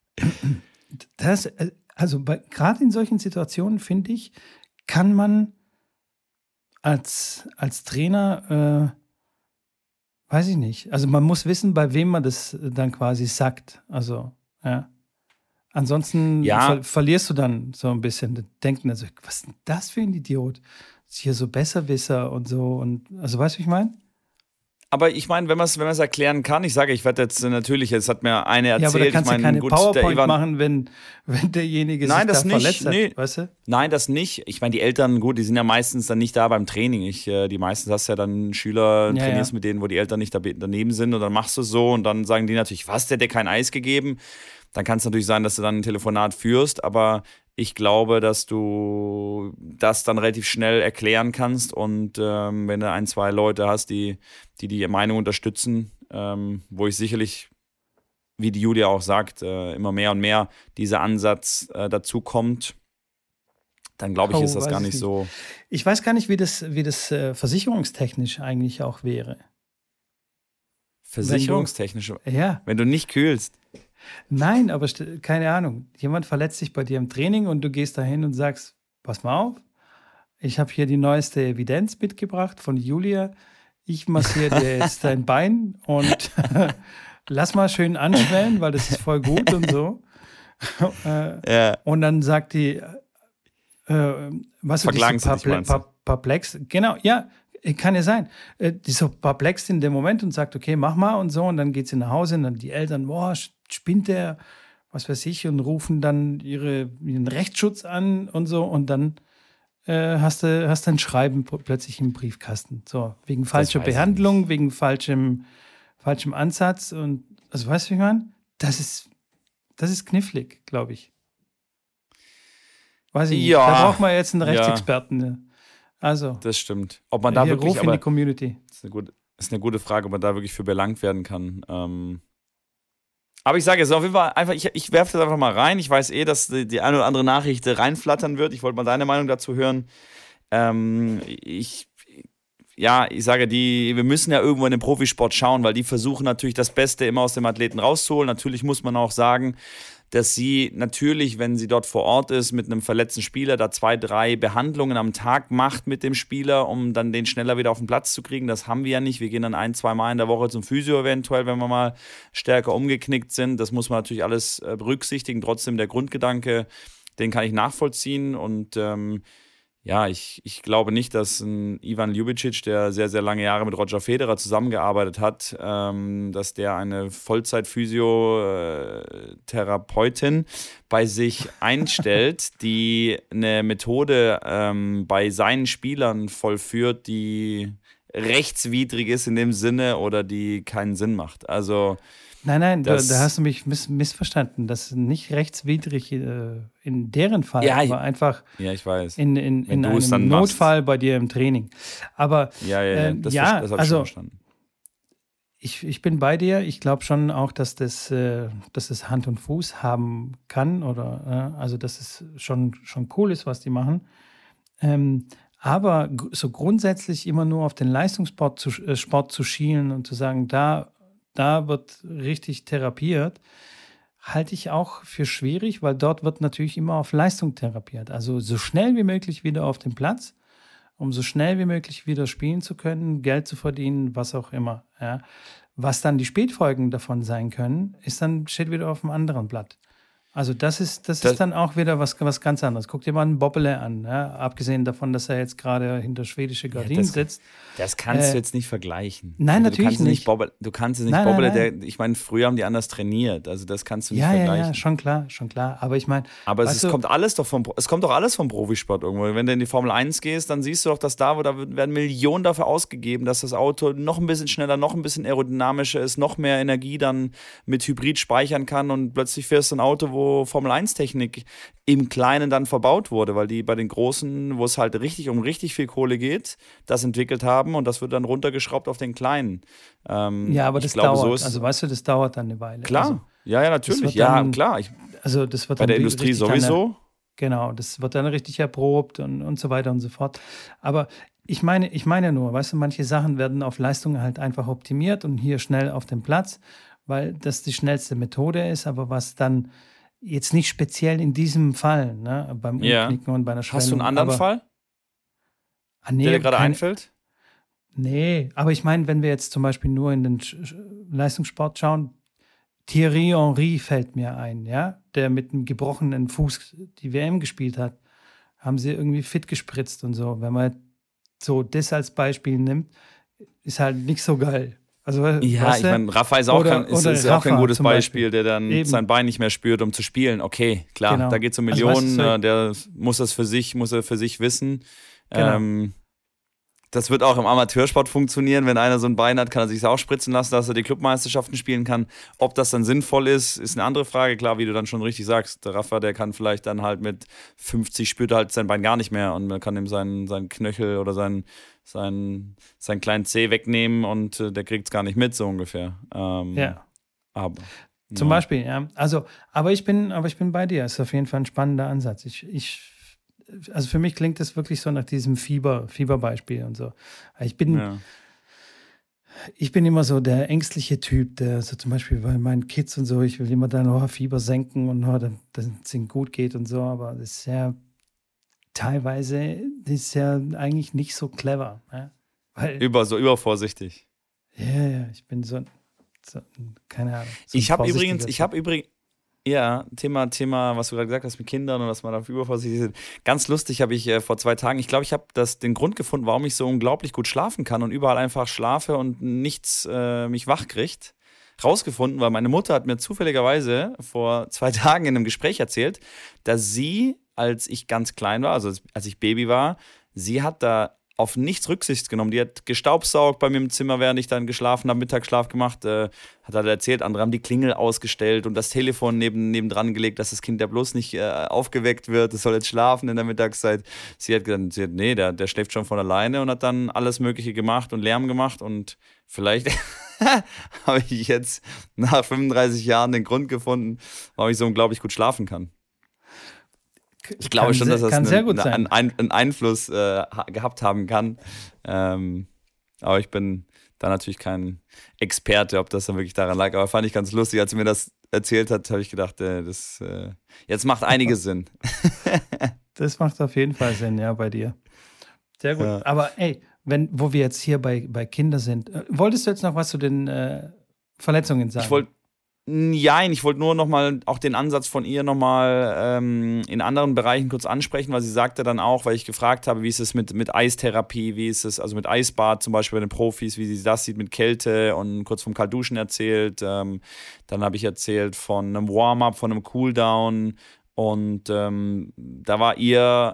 Das, äh, also bei, gerade in solchen Situationen, finde ich, kann man als, als Trainer, äh, weiß ich nicht, also man muss wissen, bei wem man das dann quasi sagt. Also, ja. Ansonsten Ja. ver verlierst du dann so ein bisschen. Denken also, was ist denn das für ein Idiot? Ist hier so Besserwisser und so. Und also, weißt du, wie ich meine? Aber ich meine, wenn man es wenn man's erklären kann, ich sage, ich werde jetzt äh, natürlich, es hat mir eine erzählt. Ja, aber da kannst ich du mein, keine gut, der PowerPoint Ivan, machen, wenn, wenn derjenige Nein, sich das da nicht, verletzt hat, nee. weißt du? Nein, das nicht. Ich meine, die Eltern, gut, die sind ja meistens dann nicht da beim Training. Ich, äh, die meisten hast ja dann Schüler, Ja, trainierst ja. mit denen, wo die Eltern nicht da, daneben sind und dann machst du es so und dann sagen die natürlich, was, der hat dir kein Eis gegeben? Dann kann es natürlich sein, dass du dann ein Telefonat führst, aber ich glaube, dass du das dann relativ schnell erklären kannst und ähm, wenn du ein, zwei Leute hast, die die, die Meinung unterstützen, ähm, wo ich sicherlich, wie die Julia auch sagt, äh, immer mehr und mehr dieser Ansatz äh, dazu kommt, dann glaube ich, Oh, ist das weiß gar ich nicht nicht. so. Ich weiß gar nicht, wie das, wie das äh, versicherungstechnisch eigentlich auch wäre. Versicherungstechnisch, Ja, wenn du nicht kühlst. nein, aber st- keine Ahnung. Jemand verletzt sich bei dir im Training und du gehst dahin und sagst, pass mal auf, ich habe hier die neueste Evidenz mitgebracht von Julia. Ich massiere dir jetzt dein Bein und lass mal schön anschwellen, weil das ist voll gut und so. äh, Ja. und dann sagt die, äh, was du, die Verklagen so sie dich, perple meinst du? per perplex, genau, ja, äh, kann ja sein. Äh, die so perplex in dem Moment und sagt, okay, mach mal und so. Und dann geht sie nach Hause und dann die Eltern, boah, spinnt der, was weiß ich, und rufen dann ihre, ihren Rechtsschutz an und so. Und dann äh, hast du hast ein Schreiben p- plötzlich im Briefkasten. So, wegen falscher weiß ich Behandlung, wegen falschem, falschem Ansatz. Und also weißt du, wie ich meine? Das ist, das ist knifflig, glaube ich. Weiß ich nicht. Ja, Da braucht man jetzt einen ja. Rechtsexperten. Ne? Also, Das stimmt. Ob man da hier wirklich, Ruf in die aber Community. das ist eine gute, ist eine gute Frage, ob man da wirklich für belangt werden kann. Ähm, aber ich sage jetzt auf jeden Fall einfach, ich, ich werfe das einfach mal rein. Ich weiß eh, dass die, die eine oder andere Nachricht reinflattern wird. Ich wollte mal deine Meinung dazu hören. Ähm, ich, ja, ich sage, die, wir müssen ja irgendwo in den Profisport schauen, weil die versuchen natürlich das Beste immer aus dem Athleten rauszuholen. Natürlich muss man auch sagen, dass sie natürlich, wenn sie dort vor Ort ist, mit einem verletzten Spieler da zwei, drei Behandlungen am Tag macht mit dem Spieler, um dann den schneller wieder auf den Platz zu kriegen. Das haben wir ja nicht. Wir gehen dann ein, zwei Mal in der Woche zum Physio eventuell, wenn wir mal stärker umgeknickt sind. Das muss man natürlich alles äh, berücksichtigen. Trotzdem der Grundgedanke, den kann ich nachvollziehen und ähm, ja, ich, ich glaube nicht, dass ein Ivan Ljubicic, der sehr, sehr lange Jahre mit Roger Federer zusammengearbeitet hat, ähm, dass der eine Vollzeit-Physio-Therapeutin bei sich einstellt, die eine Methode ähm, bei seinen Spielern vollführt, die rechtswidrig ist in dem Sinne oder die keinen Sinn macht. Also Nein, nein, da, das, da hast du mich miss missverstanden. Das ist nicht rechtswidrig äh, in deren Fall, Ja, aber einfach ja, ich weiß. in, in, Wenn in du es dann einem machst. Notfall bei dir im Training. Aber Ja, ja, ja, äh, das, ja, das habe ich also schon verstanden. ich, ich bin bei dir. Ich glaube schon auch, dass das, äh, dass das Hand und Fuß haben kann oder äh, also dass es schon, schon cool ist, was die machen. Ähm, aber g- so grundsätzlich immer nur auf den Leistungssport zu, äh, Sport zu schielen und zu sagen, da, da wird richtig therapiert, halte ich auch für schwierig, weil dort wird natürlich immer auf Leistung therapiert. Also so schnell wie möglich wieder auf den Platz, um so schnell wie möglich wieder spielen zu können, Geld zu verdienen, was auch immer. Ja. Was dann die Spätfolgen davon sein können, ist dann steht wieder auf einem anderen Blatt. Also das ist, das, Das- ist dann auch wieder was, was ganz anderes. Guck dir mal einen Bobbele an, ja? Abgesehen davon, dass er jetzt gerade hinter schwedische Gardinen das- sitzt. Das kannst Äh, du jetzt nicht vergleichen. nein, Also, natürlich du kannst nicht. nicht. Bobbele, du kannst es nicht Nein, nein, Bobbele, nein. der, ich meine, früher haben die anders trainiert. Also das kannst du nicht Ja, ja, vergleichen. ja, schon klar, schon klar. Aber ich meine, Aber es, weißt ist, du- kommt alles doch vom, es kommt doch alles vom Profisport irgendwo. Wenn du in die Formel eins gehst, dann siehst du doch, dass da, wo da werden Millionen dafür ausgegeben, dass das Auto noch ein bisschen schneller, noch ein bisschen aerodynamischer ist, noch mehr Energie dann mit Hybrid speichern kann und plötzlich fährst du ein Auto, wo Formel eins Technik im Kleinen dann verbaut wurde, weil die bei den Großen, wo es halt richtig um richtig viel Kohle geht, das entwickelt haben und das wird dann runtergeschraubt auf den Kleinen. Ähm, ja, aber ich das glaube, dauert. so ist Also weißt du, das dauert dann eine Weile. klar. Also, ja, ja, das natürlich. wird Ja, dann- klar. Ich, also das wird bei dann der wie- Industrie richtig dann- sowieso. Genau, das wird dann richtig erprobt und, und so weiter und so fort. Aber ich meine, ich meine nur, weißt du, manche Sachen werden auf Leistung halt einfach optimiert und hier schnell auf dem Platz, weil das die schnellste Methode ist, aber was dann jetzt nicht speziell in diesem Fall, ne, beim Ja. Umknicken und bei einer Schwellung. Hast du einen anderen aber, Fall, Ah, nee, der dir gerade keine- einfällt? Nee, aber ich meine, wenn wir jetzt zum Beispiel nur in den Sch- Sch- Leistungssport schauen, Thierry Henry fällt mir ein, ja, der mit einem gebrochenen Fuß die W M gespielt hat, haben sie irgendwie fit gespritzt und so. Wenn man so das als Beispiel nimmt, ist halt nicht so geil. Also, Ja, weißt ich du? meine, Rafa ist auch, Oder- kein, ist, oder ist ja auch kein Rafa gutes zum Beispiel, Beispiel. der dann Eben. sein Bein nicht mehr spürt, um zu spielen. Okay, klar, Genau. da geht es um Also, Millionen, weißt du, so- äh, der muss das für sich, muss er für sich wissen. Genau. Ähm, das wird auch im Amateursport funktionieren. Wenn einer so ein Bein hat, kann er sich auch spritzen lassen, dass er die Clubmeisterschaften spielen kann. Ob das dann sinnvoll ist, ist eine andere Frage. Klar, wie du dann schon richtig sagst, der Rafa, der kann vielleicht dann halt mit fünfzig spürt er halt sein Bein gar nicht mehr und man kann ihm seinen, seinen Knöchel oder seinen, seinen, seinen kleinen Zeh wegnehmen und äh, der kriegt es gar nicht mit, so ungefähr. Ähm, Ja. Aber. Zum ja. Beispiel, ja. Also, aber ich bin, aber ich bin bei dir. Ist auf jeden Fall ein spannender Ansatz. Ich, ich, also für mich klingt das wirklich so nach diesem Fieber, Fieberbeispiel und so. Ich bin, Ja. ich bin immer so der ängstliche Typ, der so zum Beispiel bei meinen Kids und so, ich will immer dann oh, Fieber senken und oh, dass es ihnen gut geht und so, aber das ist ja teilweise, das ist ja eigentlich nicht so clever. Ne? Weil, Über, so übervorsichtig. ja, ja, ich bin so, so keine Ahnung. So ein Ich habe vorsichtiger übrigens, ich Typ. habe übrigens, ja, Thema, Thema, was du gerade gesagt hast mit Kindern und dass man da übervorsichtig ist. Ganz lustig habe ich äh, vor zwei Tagen, ich glaube, ich habe das den Grund gefunden, warum ich so unglaublich gut schlafen kann und überall einfach schlafe und nichts äh, mich wach kriegt. Rausgefunden, weil meine Mutter hat mir zufälligerweise vor zwei Tagen in einem Gespräch erzählt, dass sie, als ich ganz klein war, also als- als ich Baby war, sie hat da auf nichts Rücksicht genommen. Die hat gestaubsaugt bei mir im Zimmer, während ich dann geschlafen habe, Mittagsschlaf gemacht, äh, hat halt erzählt, andere haben die Klingel ausgestellt und das Telefon neben, nebendran gelegt, dass das Kind ja bloß nicht äh, aufgeweckt wird, es soll jetzt schlafen in der Mittagszeit. Sie hat gesagt, sie hat, nee, der, der schläft schon von alleine und hat dann alles Mögliche gemacht und Lärm gemacht und vielleicht habe ich jetzt nach fünfunddreißig Jahren den Grund gefunden, warum ich so unglaublich gut schlafen kann. Ich glaube Kann schon, sehr- dass das kann einen, sehr gut sein. einen, einen Einfluss äh, ha- gehabt haben kann. Ähm, aber ich bin da natürlich kein Experte, ob das dann wirklich daran lag. Aber fand ich ganz lustig, als sie mir das erzählt hat, habe ich gedacht, äh, das äh, jetzt macht einiges Sinn. Das macht auf jeden Fall Sinn, ja, bei dir. Sehr gut. Ja. Aber ey, wenn, wo wir jetzt hier bei, bei Kindern sind, äh, wolltest du jetzt noch was zu den äh, Verletzungen sagen? Ich wollte Nein, ich wollte nur nochmal auch den Ansatz von ihr nochmal ähm, in anderen Bereichen kurz ansprechen, weil sie sagte dann auch, weil ich gefragt habe, wie ist es mit, mit Eistherapie, wie ist es, also mit Eisbad zum Beispiel bei den Profis, wie sie das sieht mit Kälte und kurz vom Kaltduschen erzählt. Ähm, dann habe ich erzählt von einem Warm-up, von einem Cooldown und ähm, da war ihr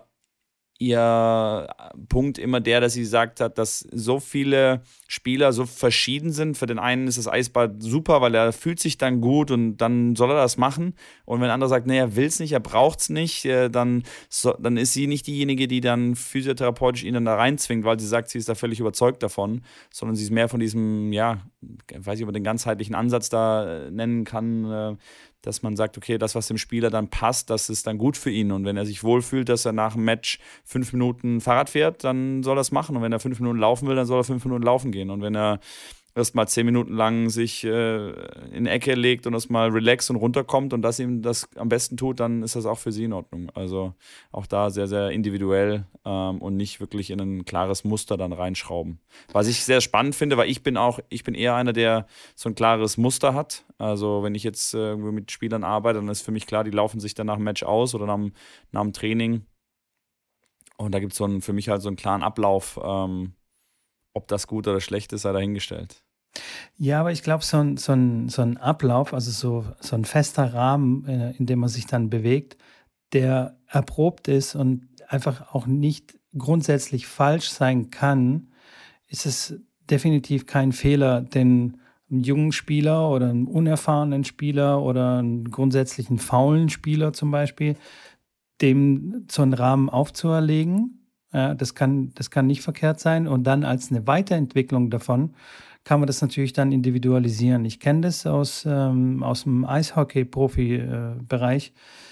ihr Punkt immer der, dass sie gesagt hat, dass so viele Spieler so verschieden sind. Für den einen ist das Eisbad super, weil er fühlt sich dann gut und dann soll er das machen. Und wenn ein anderer sagt, nee, er will es nicht, er braucht es nicht, äh, dann, so, dann ist sie nicht diejenige, die dann physiotherapeutisch ihn dann da reinzwingt, weil sie sagt, sie ist da völlig überzeugt davon, sondern sie ist mehr von diesem, ja, ich weiß nicht, ob man den ganzheitlichen Ansatz da äh, nennen kann, äh, dass man sagt, okay, das, was dem Spieler dann passt, das ist dann gut für ihn. Und wenn er sich wohlfühlt, dass er nach dem Match fünf Minuten Fahrrad fährt, dann soll er es machen. Und wenn er fünf Minuten laufen will, dann soll er fünf Minuten laufen gehen. Und wenn er erstmal zehn Minuten lang sich äh, in die Ecke legt und erstmal relaxt und runterkommt und das ihm das am besten tut, dann ist das auch für sie in Ordnung. Also auch da sehr, sehr individuell ähm, und nicht wirklich in ein klares Muster dann reinschrauben. Was ich sehr spannend finde, weil ich bin auch, ich bin eher einer, der so ein klares Muster hat. Also wenn ich jetzt äh, mit Spielern arbeite, dann ist für mich klar, die laufen sich dann nach dem Match aus oder nach dem, nach dem Training. Und da gibt es so einen, für mich halt so einen klaren Ablauf. Ähm, ob das gut oder schlecht ist, sei dahingestellt. Ja, aber ich glaube, so ein, so, ein, so ein Ablauf, also so, so ein fester Rahmen, äh, in dem man sich dann bewegt, der erprobt ist und einfach auch nicht grundsätzlich falsch sein kann, ist es definitiv kein Fehler, den einen jungen Spieler oder einen unerfahrenen Spieler oder einen grundsätzlichen faulen Spieler zum Beispiel, dem so einen Rahmen aufzuerlegen. Ja, das kann, das kann nicht verkehrt sein. Und dann als eine Weiterentwicklung davon kann man das natürlich dann individualisieren. Ich kenne das aus, ähm, aus dem Eishockey-Profi-Bereich.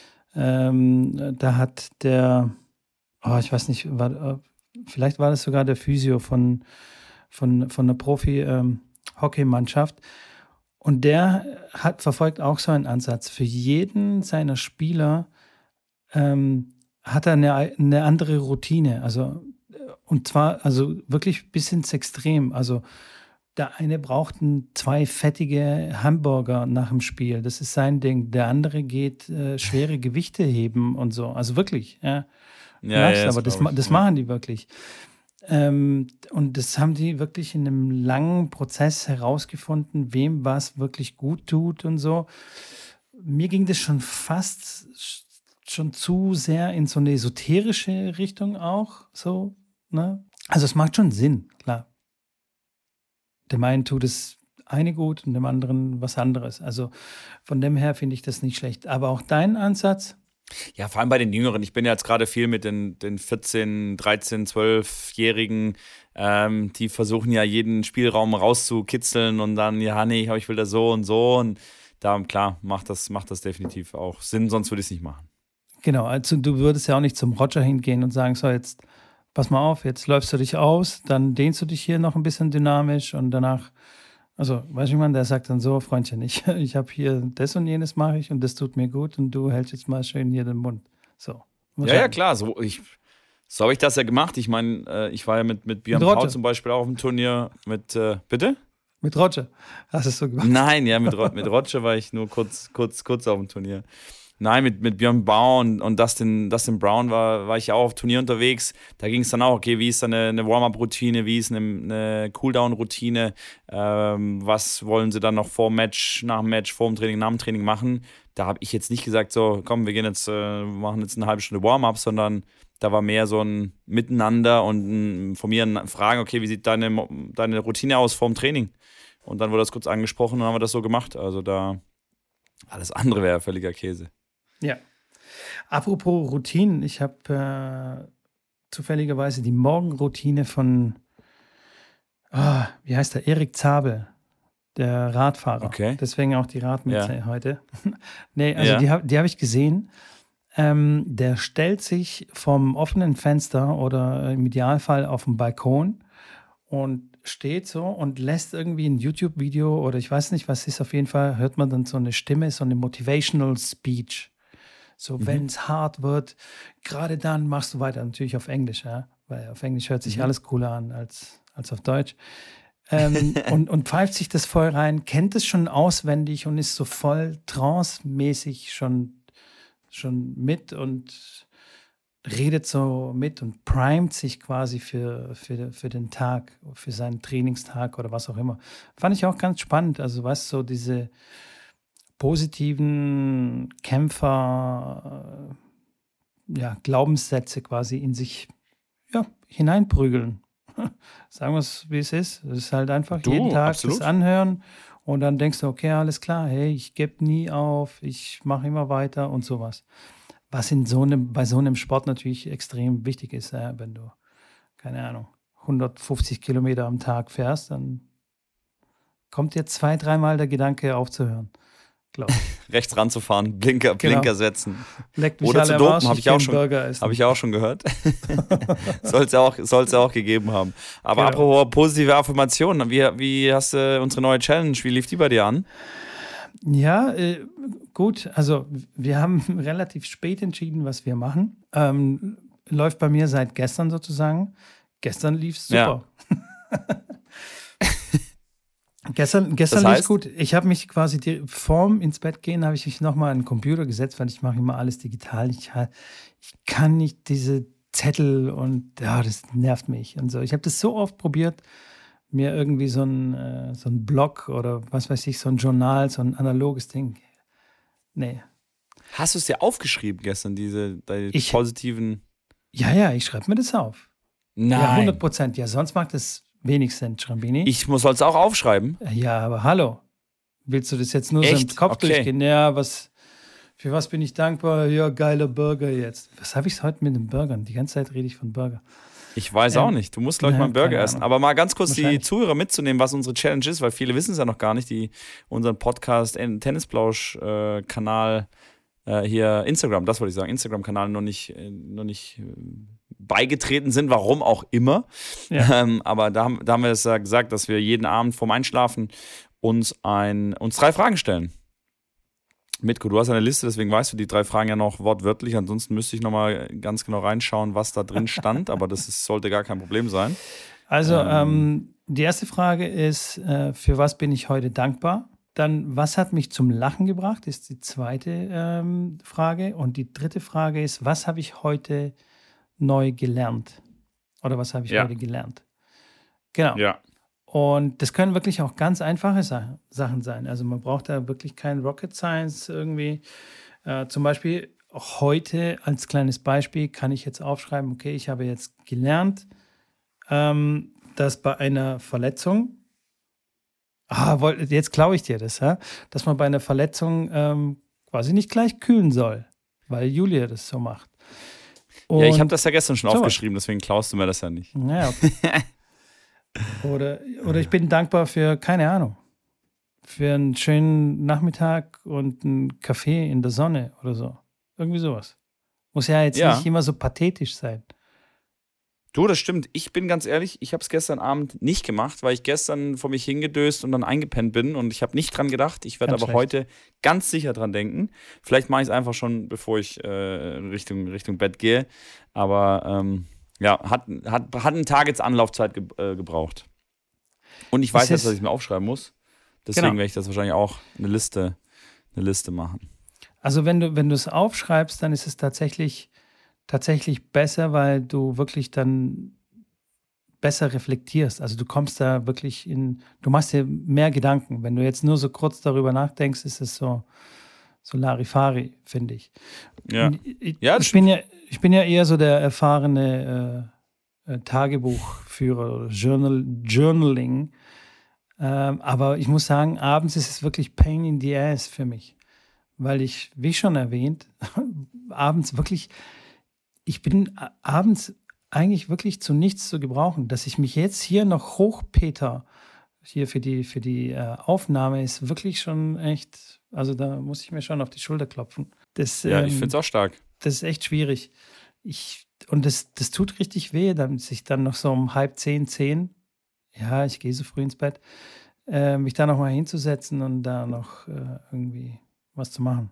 Ähm, da hat der, oh, ich weiß nicht, war, vielleicht war das sogar der Physio von, von, von einer Profi-Hockeymannschaft. Und der hat, verfolgt auch so einen Ansatz. Für jeden seiner Spieler ähm, hat er eine, eine andere Routine. Also, und zwar also wirklich bis ins Extrem. Also der eine braucht ein, zwei fettige Hamburger nach dem Spiel. Das ist sein Ding. Der andere geht äh, schwere Gewichte heben und so. Also wirklich, ja. Ja, ja, aber das, glaub ich. das Ja. machen die wirklich. Ähm, und das haben die wirklich in einem langen Prozess herausgefunden, wem was wirklich gut tut und so. Mir ging das schon fast schon zu sehr in so eine esoterische Richtung auch, so, ne? Also es macht schon Sinn, klar. Dem einen tut es eine gut und dem anderen was anderes. Also von dem her finde ich das nicht schlecht. Aber auch dein Ansatz? Ja, vor allem bei den Jüngeren. Ich bin ja jetzt gerade viel mit den, den vierzehn-, dreizehn-, zwölf-Jährigen. Ähm, die versuchen ja jeden Spielraum rauszukitzeln und dann, ja, nee, ich will das so und so. Und da, klar, macht das, macht das definitiv auch Sinn, sonst würde ich es nicht machen. Genau, also du würdest ja auch nicht zum Roger hingehen und sagen, so jetzt, pass mal auf, jetzt läufst du dich aus, dann dehnst du dich hier noch ein bisschen dynamisch und danach, also, weißt du, man, der sagt dann so, Freundchen, ich, ich habe hier das und jenes mache ich und das tut mir gut und du hältst jetzt mal schön hier den Mund. So. Ja, ja, klar, so, ich, so habe ich das ja gemacht. Ich meine, äh, ich war ja mit, mit Björn Mit Roger. Paul zum Beispiel auch auf dem Turnier mit, äh, bitte? Mit Roger hast du es so gemacht? Nein, ja, mit, mit Roger war ich nur kurz, kurz, kurz auf dem Turnier. Nein, mit, mit Björn Bauer und, und Dustin, Dustin Brown war, war ich ja auch auf Turnier unterwegs. Da ging es dann auch, okay, wie ist da eine, eine Warm-Up-Routine, wie ist eine, eine Cooldown-Routine, ähm, was wollen sie dann noch vor dem Match, nach dem Match, vor dem Training, nach dem Training machen. Da habe ich jetzt nicht gesagt, so, komm, wir gehen jetzt, äh, machen jetzt eine halbe Stunde Warm-Up, sondern da war mehr so ein Miteinander und ein, von mir ein Fragen, okay, wie sieht deine, deine Routine aus vor dem Training? Und dann wurde das kurz angesprochen und dann haben wir das so gemacht. Also da, alles andere wäre völliger Käse. Ja. Apropos Routinen, ich habe äh, zufälligerweise die Morgenroutine von, oh, wie heißt der, Erik Zabel, der Radfahrer. Okay. Deswegen auch die Radmütze Ja. heute. Nee, also Ja. die, hab- die habe ich gesehen. Ähm, der stellt sich vom offenen Fenster oder im Idealfall auf dem Balkon und steht so und lässt irgendwie ein YouTube-Video oder ich weiß nicht, was ist, auf jeden Fall hört man dann so eine Stimme, so eine Motivational Speech. So, Mhm. wenn es hart wird, gerade dann machst du weiter. Natürlich auf Englisch, ja, weil auf Englisch hört sich Mhm. alles cooler an als, als auf Deutsch. Ähm, und, und pfeift sich das voll rein, kennt es schon auswendig und ist so voll trance-mäßig schon, schon mit und redet so mit und primet sich quasi für, für, für den Tag, für seinen Trainingstag oder was auch immer. Fand ich auch ganz spannend. Also, weißt du, so diese positiven Kämpfer, äh, ja, Glaubenssätze quasi in sich ja, hineinprügeln. Sagen wir es, wie es ist. Es ist halt einfach Du, jeden Tag absolut. das anhören und dann denkst du, okay, alles klar, hey, ich gebe nie auf, ich mache immer weiter und sowas. Was in so einem, bei so einem Sport natürlich extrem wichtig ist, äh, wenn du, keine Ahnung, hundertfünfzig Kilometer am Tag fährst, dann kommt dir zwei, dreimal der Gedanke aufzuhören. glaube ich. Rechts ranzufahren, Blinker, Genau. Blinker setzen. Leckt mich Oder alle zu am dopen, Arsch, habe ich, auch geh einen schon- Burger essen. Habe ich auch schon gehört. Soll es ja, auch- soll's ja auch gegeben haben. Aber Genau. apropos positive Affirmationen, wie, wie hast du unsere neue Challenge, wie lief die bei dir an? Ja, äh, gut. Also wir haben relativ spät entschieden, was wir machen. Ähm, läuft bei mir seit gestern sozusagen. Gestern lief es super. gestern gestern Das lief es heißt? gut. Ich habe mich quasi die, vorm ins Bett gehen, habe ich mich nochmal an den Computer gesetzt, weil ich mache immer alles digital. Ich, ha- ich kann nicht diese Zettel und ja, das nervt mich und so. Ich habe das so oft probiert, mir irgendwie so ein, äh, so ein Blog oder was weiß ich, so ein Journal, so ein analoges Ding. Nee. Hast du es dir aufgeschrieben gestern, diese deine Ich- positiven... Ja, ja, ich schreibe mir das auf. Nein. Ja, hundert Prozent. Ja, sonst macht das wenig Sinn, Schrambini. Ich soll es auch aufschreiben. Ja, aber hallo. Willst du das jetzt nur so im Echt? Kopf Okay. durchgehen? Ja, was, für was bin ich dankbar? Ja, geiler Burger jetzt. Was habe ich heute mit den Burgern? Die ganze Zeit rede ich von Burger. Ich weiß Ähm, auch nicht. Du musst, glaube ich, ja, mal einen Burger keine essen. Ahnung. Aber mal ganz kurz die Wahrscheinlich. Zuhörer mitzunehmen, was unsere Challenge ist, weil viele wissen es ja noch gar nicht, die unseren Podcast äh, Tennisplausch-Kanal äh, hier, Instagram, das wollte ich sagen, Instagram-Kanal noch nicht, äh, noch nicht äh, beigetreten sind, warum auch immer. Ja. Ähm, aber da haben, da haben wir es ja gesagt, dass wir jeden Abend vorm Einschlafen uns, ein, uns drei Fragen stellen. Mitko, du hast eine Liste, deswegen weißt du die drei Fragen ja noch wortwörtlich. Ansonsten müsste ich nochmal ganz genau reinschauen, was da drin stand. Aber das ist, sollte gar kein Problem sein. Also, Ähm. ähm, die erste Frage ist, äh, für was bin ich heute dankbar? Dann, was hat mich zum Lachen gebracht, ist die zweite ähm, Frage. Und die dritte Frage ist, was habe ich heute neu gelernt? Oder was habe ich Ja. heute gelernt? Genau. Ja. Und das können wirklich auch ganz einfache Sa- Sachen sein. Also man braucht da wirklich kein Rocket Science irgendwie. Äh, zum Beispiel auch heute als kleines Beispiel kann ich jetzt aufschreiben, okay, ich habe jetzt gelernt, ähm, dass bei einer Verletzung, ah, woll- jetzt klaue ich dir das, ja? Dass man bei einer Verletzung ähm, quasi nicht gleich kühlen soll, weil Julia das so macht. Ja, ich Und- habe das ja gestern schon sowas. aufgeschrieben, deswegen klaust du mir das ja nicht. Ja, okay. oder, oder ich bin dankbar für, keine Ahnung, für einen schönen Nachmittag und einen Kaffee in der Sonne oder so. Irgendwie sowas. Muss ja jetzt Ja. nicht immer so pathetisch sein. Du, das stimmt. Ich bin ganz ehrlich, ich habe es gestern Abend nicht gemacht, weil ich gestern vor mich hingedöst und dann eingepennt bin und ich habe nicht dran gedacht. Ich werde Ganz aber schlecht. heute ganz sicher dran denken. Vielleicht mache ich es einfach schon, bevor ich äh, Richtung, Richtung Bett gehe. Aber ähm, ja, hat, hat, hat einen Tag jetzt Anlaufzeit ge äh, gebraucht. Und ich weiß Es jetzt, ist- dass ich mir aufschreiben muss. Deswegen Genau. werde ich das wahrscheinlich auch eine Liste, eine Liste machen. Also wenn du, wenn du es aufschreibst, dann ist es tatsächlich, tatsächlich besser, weil du wirklich dann besser reflektierst. Also du kommst da wirklich in, du machst dir mehr Gedanken. Wenn du jetzt nur so kurz darüber nachdenkst, ist es so, so Larifari, finde ich. Ja. Und Ich, Ja, das ich, bin ja, ich bin ja eher so der erfahrene äh, äh, Tagebuchführer oder Journal, Journaling. Ähm, aber ich muss sagen, abends ist es wirklich Pain in the Ass für mich. Weil ich, wie schon erwähnt, abends wirklich, ich bin a- abends eigentlich wirklich zu nichts zu gebrauchen. Dass ich mich jetzt hier noch hochpeter, hier für die, für die äh, Aufnahme, ist wirklich schon echt, also da muss ich mir schon auf die Schulter klopfen. Das, Ja, ich ähm, finde es auch stark. das ist echt schwierig. Ich, und das, das tut richtig weh, dann sich dann noch so um halb zehn, zehn, ja, ich gehe so früh ins Bett, äh, mich da noch mal hinzusetzen und da noch äh, irgendwie was zu machen.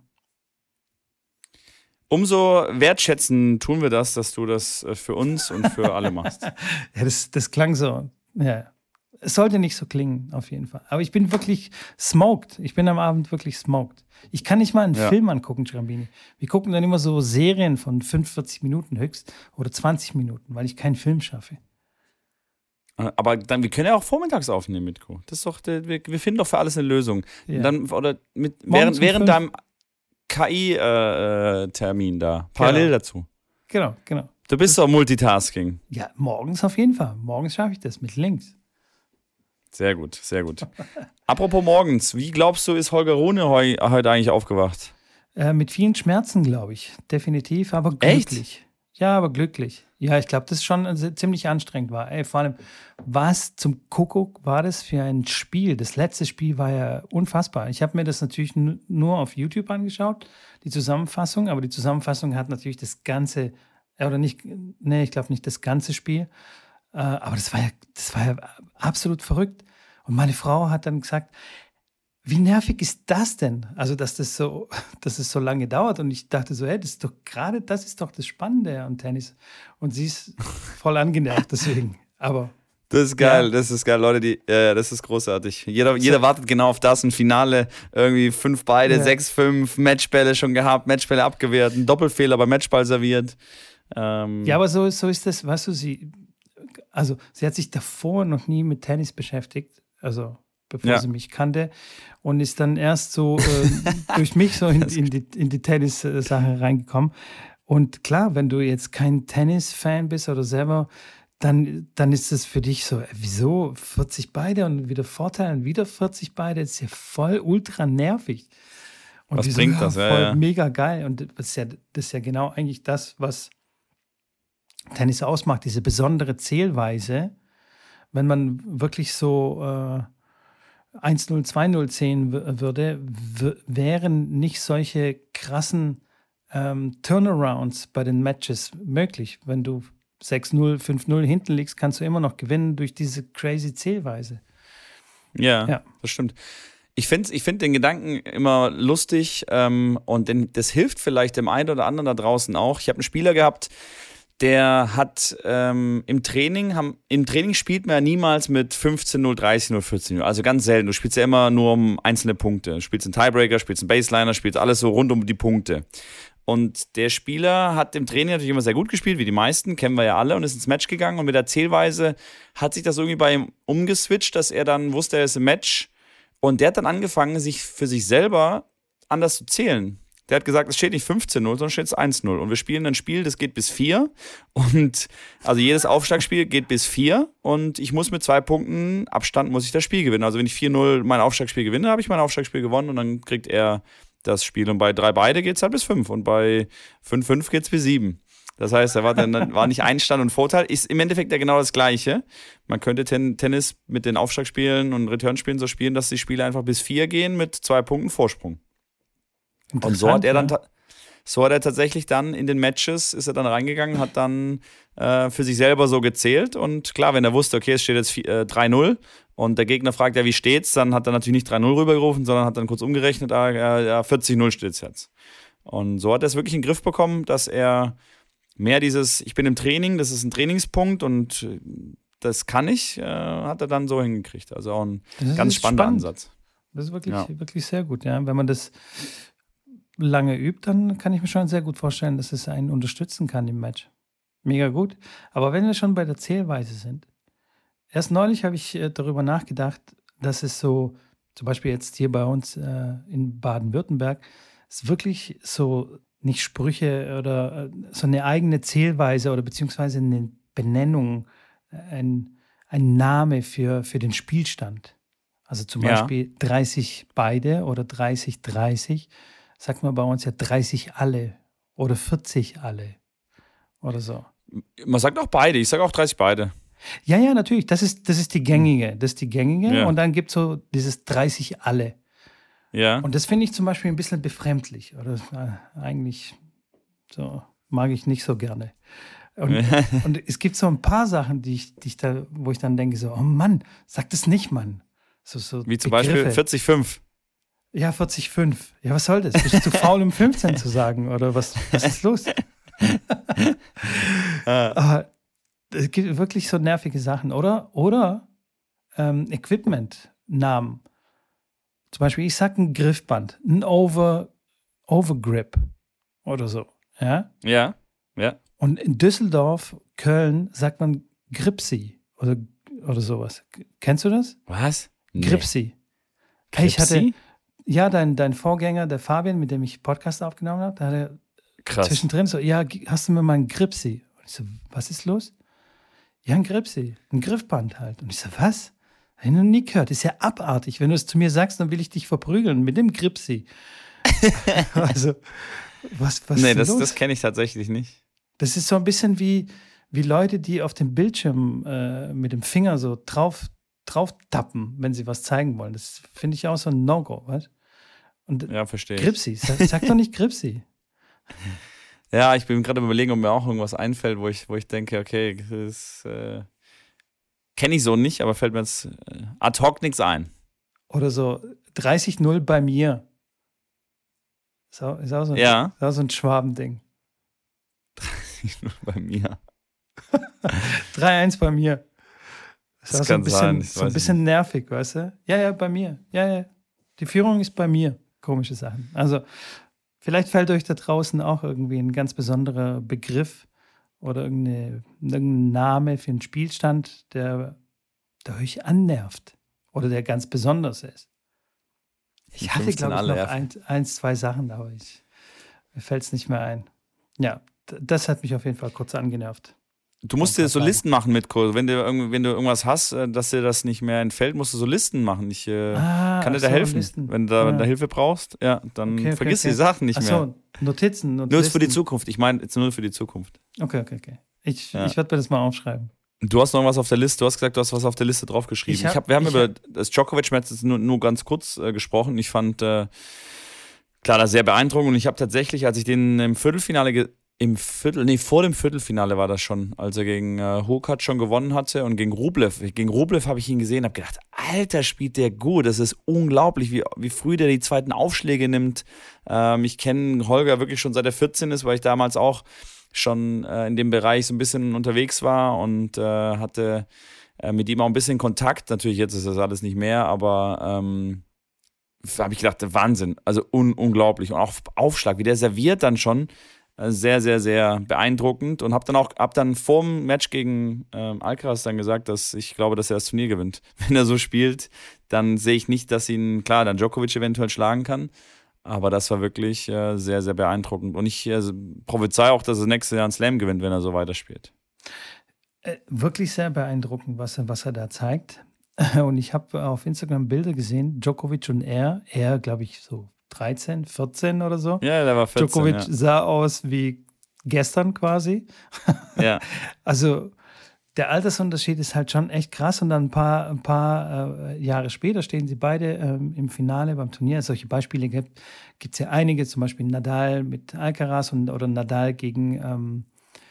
Umso wertschätzen tun wir das, dass du das äh, für uns und für alle machst. Ja, das, das klang so, ja. Es sollte nicht so klingen, auf jeden Fall. Aber ich bin wirklich smoked. Ich bin am Abend wirklich smoked. Ich kann nicht mal einen Ja. Film angucken, Schrambini. Wir gucken dann immer so Serien von fünfundvierzig Minuten höchst oder zwanzig Minuten, weil ich keinen Film schaffe. Äh, Aber dann, wir können ja auch vormittags aufnehmen, Mitko. Das ist doch, der, wir, wir finden doch für alles eine Lösung. Ja. Und dann, oder mit, Morgens während, um während fünf. deinem K I-Termin da, parallel Genau. dazu. Genau, genau. Du bist doch Multitasking. Ja, morgens auf jeden Fall. Morgens schaffe ich das mit links. Sehr gut, sehr gut. Apropos morgens, wie glaubst du, ist Holger Rune heu, heute eigentlich aufgewacht? Äh, mit vielen Schmerzen, glaube ich. Definitiv, aber Echt? glücklich. Ja, aber glücklich. Ja, ich glaube, das ist schon äh, ziemlich anstrengend war. Ey, vor allem, was zum Kuckuck war das für ein Spiel? Das letzte Spiel war ja unfassbar. Ich habe mir das natürlich n- nur auf YouTube angeschaut, die Zusammenfassung, aber die Zusammenfassung hat natürlich das ganze, äh, oder nicht, nee, ich glaube nicht das ganze Spiel, äh, aber das war ja, das war ja absolut verrückt. Und meine Frau hat dann gesagt, wie nervig ist das denn? Also, dass das so, dass es so lange dauert. Und ich dachte so, hey, das ist doch gerade, das ist doch das Spannende am Tennis. Und sie ist voll angenervt deswegen. Aber Das ist geil, Ja. das ist geil, Leute, die, äh, das ist großartig. Jeder, jeder wartet genau auf das, ein Finale, irgendwie fünf beide, Ja. sechs, fünf, Matchbälle schon gehabt, Matchbälle abgewehrt, ein Doppelfehler beim Matchball serviert. Ähm, ja, aber so, so ist das, weißt du, sie, also sie hat sich davor noch nie mit Tennis beschäftigt, also bevor Ja. sie mich kannte. Und ist dann erst so äh, durch mich so in, in die, in die Tennis-Sache reingekommen. Und klar, wenn du jetzt kein Tennis-Fan bist oder selber, dann, dann ist es für dich so, äh, wieso vierzig beide und wieder Vorteil und wieder vierzig beide, das ist ja voll ultra nervig. Und Was wieso, bringt das? Ja, voll ja. mega geil. Und das ist, ja, das ist ja genau eigentlich das, was Tennis ausmacht, diese besondere Zählweise. Wenn man wirklich so äh, eins null, zwei null zählen w- würde, w- wären nicht solche krassen ähm, Turnarounds bei den Matches möglich. Wenn du sechs null, fünf null hinten liegst, kannst du immer noch gewinnen durch diese crazy Zählweise. Ja, Ja. das stimmt. Ich finde ich find den Gedanken immer lustig ähm, und den, das hilft vielleicht dem einen oder anderen da draußen auch. Ich habe einen Spieler gehabt, der hat ähm, im Training, haben, im Training spielt man ja niemals mit fünfzehn null, dreißig null, vierzehn null. Also ganz selten. Du spielst ja immer nur um einzelne Punkte. Du spielst einen Tiebreaker, spielst einen Baseliner, spielst alles so rund um die Punkte. Und der Spieler hat im Training natürlich immer sehr gut gespielt, wie die meisten, kennen wir ja alle, und ist ins Match gegangen. Und mit der Zählweise hat sich das irgendwie bei ihm umgeswitcht, dass er dann wusste, er ist im Match. Und der hat dann angefangen, sich für sich selber anders zu zählen. Der hat gesagt, es steht nicht fünfzehn null, sondern steht es eins null. Und wir spielen ein Spiel, das geht bis vier. Und also jedes Aufschlagspiel geht bis vier. Und ich muss mit zwei Punkten Abstand muss ich das Spiel gewinnen. Also wenn ich vier null mein Aufschlagspiel gewinne, habe ich mein Aufschlagspiel gewonnen und dann kriegt er das Spiel. Und bei drei beide geht es halt bis fünf. Und bei fünf fünf geht es bis sieben. Das heißt, da war, dann, war nicht Einstand und Vorteil. Ist im Endeffekt ja genau das Gleiche. Man könnte ten, Tennis mit den Aufschlagspielen und Returnspielen so spielen, dass die Spiele einfach bis vier gehen mit zwei Punkten Vorsprung. Und so hat er dann, ta- so hat er tatsächlich dann in den Matches, ist er dann reingegangen, hat dann äh, für sich selber so gezählt. Und klar, wenn er wusste, okay, es steht jetzt äh, drei null und der Gegner fragt ja, wie steht's, dann hat er natürlich nicht drei null rübergerufen, sondern hat dann kurz umgerechnet, ah, ja, ja, vierzig null steht's jetzt. Und so hat er es wirklich in den Griff bekommen, dass er mehr dieses, ich bin im Training, das ist ein Trainingspunkt und äh, das kann ich, äh, hat er dann so hingekriegt. Also auch ein Das ist ganz spannender spannend. Ansatz. Das ist wirklich, Ja. wirklich sehr gut. Ja. Wenn man das lange übt, dann kann ich mir schon sehr gut vorstellen, dass es einen unterstützen kann im Match. Mega gut. Aber wenn wir schon bei der Zählweise sind, erst neulich habe ich äh, darüber nachgedacht, dass es so, zum Beispiel jetzt hier bei uns äh, in Baden-Württemberg, es wirklich so nicht Sprüche oder äh, so eine eigene Zählweise oder beziehungsweise eine Benennung, äh, ein, ein Name für, für den Spielstand. Also zum Ja. Beispiel dreißig beide oder dreißig dreißig, sagt man bei uns ja dreißig alle oder vierzig alle oder so. Man sagt auch beide, ich sage auch dreißig beide. Ja, ja, natürlich, das ist, das ist die gängige, das ist die gängige Ja. und dann gibt es so dieses dreißig alle. Ja. Und das finde ich zum Beispiel ein bisschen befremdlich oder äh, eigentlich so mag ich nicht so gerne. Und, und es gibt so ein paar Sachen, die ich, die ich da, wo ich dann denke so, oh Mann, sag das nicht, Mann. So, so Wie zum Begriffe. Beispiel vierzig fünf. Ja, vierzig fünf. Ja, was soll das? Bist du zu faul, um fünfzehn zu sagen? Oder was, was ist los? Aber es gibt wirklich so nervige Sachen. Oder, oder ähm, Equipment-Namen. Zum Beispiel, ich sage ein Griffband, ein Over, Overgrip oder so. Ja? Ja, ja. Und in Düsseldorf, Köln sagt man Gripsi oder, oder sowas. Kennst du das? Was? Nee. Gripsi. Hey, ich hatte, Gripsi? ja, dein, dein Vorgänger, der Fabian, mit dem ich Podcast aufgenommen habe, da hat er Krass. zwischendrin so, ja, g- hast du mir mal ein Gripsi? Und ich so, was ist los? Ja, ein Gripsi, ein Griffband halt. Und ich so, was? Hab ich noch nie gehört. Ist ja abartig. Wenn du es zu mir sagst, dann will ich dich verprügeln mit dem Gripsi. Also, was, was Nee, ist denn das, los? das kenne ich tatsächlich nicht. Das ist so ein bisschen wie, wie Leute, die auf dem Bildschirm äh, mit dem Finger so drauf, drauf tappen, wenn sie was zeigen wollen. Das finde ich auch so ein No-Go, weißt? Und Ja, verstehe ich. Gripsi, sag, sag doch nicht Gripsi. Ja, ich bin gerade überlegen, ob mir auch irgendwas einfällt, wo ich, wo ich denke, okay, das äh, kenne ich so nicht, aber fällt mir jetzt äh, ad hoc nichts ein. Oder so dreißig null bei mir. Ist auch, ist auch, so, ein, Ja. ist auch so ein Schwabending. Nur bei mir. drei eins bei mir. Ist Das auch so ein kann bisschen, sein, ich so ein weiß bisschen nervig, weißt du? Ja, ja, bei mir. Ja, ja. Die Führung ist bei mir. Komische Sachen. Also, vielleicht fällt euch da draußen auch irgendwie ein ganz besonderer Begriff oder irgendeine, irgendein Name für einen Spielstand, der, der euch annervt oder der ganz besonders ist. Ich hatte, glaube ich, noch ein, eins, zwei Sachen, aber ich, mir fällt es nicht mehr ein. Ja, d- das hat mich auf jeden Fall kurz angenervt. Du musst dir so Listen machen mit Kurs. Wenn du, irgend- wenn du irgendwas hast, äh, dass dir das nicht mehr entfällt, musst du so Listen machen. Ich äh, Ah, kann dir ach da so, helfen. Listen. Wenn du da, wenn Ja. du da Hilfe brauchst, ja, dann Okay, okay, vergiss okay. die Sachen nicht Ach mehr. so, Notizen und Nur ist für die Listen. Zukunft. Ich meine, jetzt nur für die Zukunft. Okay, okay, okay. Ich, Ja. ich werde mir das mal aufschreiben. Du hast noch was auf der Liste. Du hast gesagt, du hast was auf der Liste draufgeschrieben. Ich Ich hab- hab, wir haben ich über hab- das Djokovic-Match jetzt nur, nur ganz kurz äh, gesprochen. Ich fand, äh, klar, das sehr beeindruckend. Und ich habe tatsächlich, als ich den im Viertelfinale, ge- im Viertel, nee, vor dem Viertelfinale war das schon, als er gegen äh, Hurkacz schon gewonnen hatte und gegen Rublev. Gegen Rublev habe ich ihn gesehen, habe gedacht, Alter, spielt der gut. Das ist unglaublich, wie, wie früh der die zweiten Aufschläge nimmt. Ähm, ich kenne Holger wirklich schon seit er vierzehn ist, weil ich damals auch schon äh, in dem Bereich so ein bisschen unterwegs war und äh, hatte äh, mit ihm auch ein bisschen Kontakt. Natürlich, jetzt ist das alles nicht mehr, aber ähm, da habe ich gedacht, Wahnsinn. Also un unglaublich. Und auch Aufschlag, wie der serviert dann schon. äh, Sehr, sehr, sehr beeindruckend. Und habe dann auch hab dann vor dem Match gegen ähm, Alcaraz dann gesagt, dass ich glaube, dass er das Turnier gewinnt. Wenn er so spielt, dann sehe ich nicht, dass ihn, klar, dann Djokovic eventuell schlagen kann. Aber das war wirklich äh, sehr, sehr beeindruckend. Und ich äh, prophezei auch, dass er nächstes Jahr einen Slam gewinnt, wenn er so weiterspielt. Äh, wirklich sehr beeindruckend, was, er- was er da zeigt. Und ich habe auf Instagram Bilder gesehen, Djokovic und er, er glaube ich so dreizehn, vierzehn oder so. Ja, der war vierzehn. Djokovic sah aus wie gestern quasi. Ja. ja. Also der Altersunterschied ist halt schon echt krass und dann ein paar, ein paar äh, Jahre später stehen sie beide ähm, im Finale beim Turnier. Solche Beispiele gibt es ja einige, zum Beispiel Nadal mit Alcaraz und, oder Nadal gegen, ähm,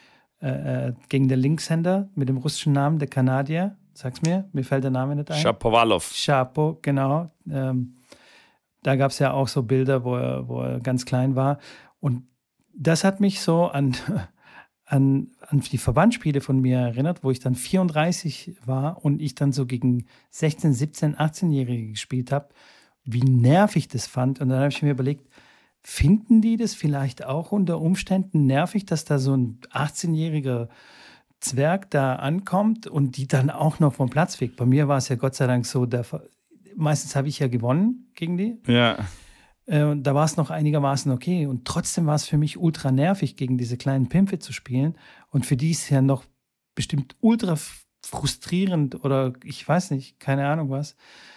äh, gegen den Linkshänder mit dem russischen Namen, der Kanadier. Sag's mir, mir fällt der Name nicht ein. Shapovalov. Chapo, genau. Ähm, da gab es ja auch so Bilder, wo er, wo er ganz klein war. Und das hat mich so an, an, an die Verbandsspiele von mir erinnert, wo ich dann vierunddreißig war und ich dann so gegen sechzehn-, siebzehn-, achtzehnjährige gespielt habe, wie nervig das fand. Und dann habe ich mir überlegt, finden die das vielleicht auch unter Umständen nervig, dass da so ein achtzehnjähriger Zwerg da ankommt und die dann auch noch vom Platz fegt? Bei mir war es ja Gott sei Dank so, der, meistens habe ich ja gewonnen gegen die. Ja. Und da war es noch einigermaßen okay. Und trotzdem war es für mich ultra nervig, gegen diese kleinen Pimpfe zu spielen. Und für die ist es ja noch bestimmt ultra frustrierend oder ich weiß nicht, keine Ahnung was,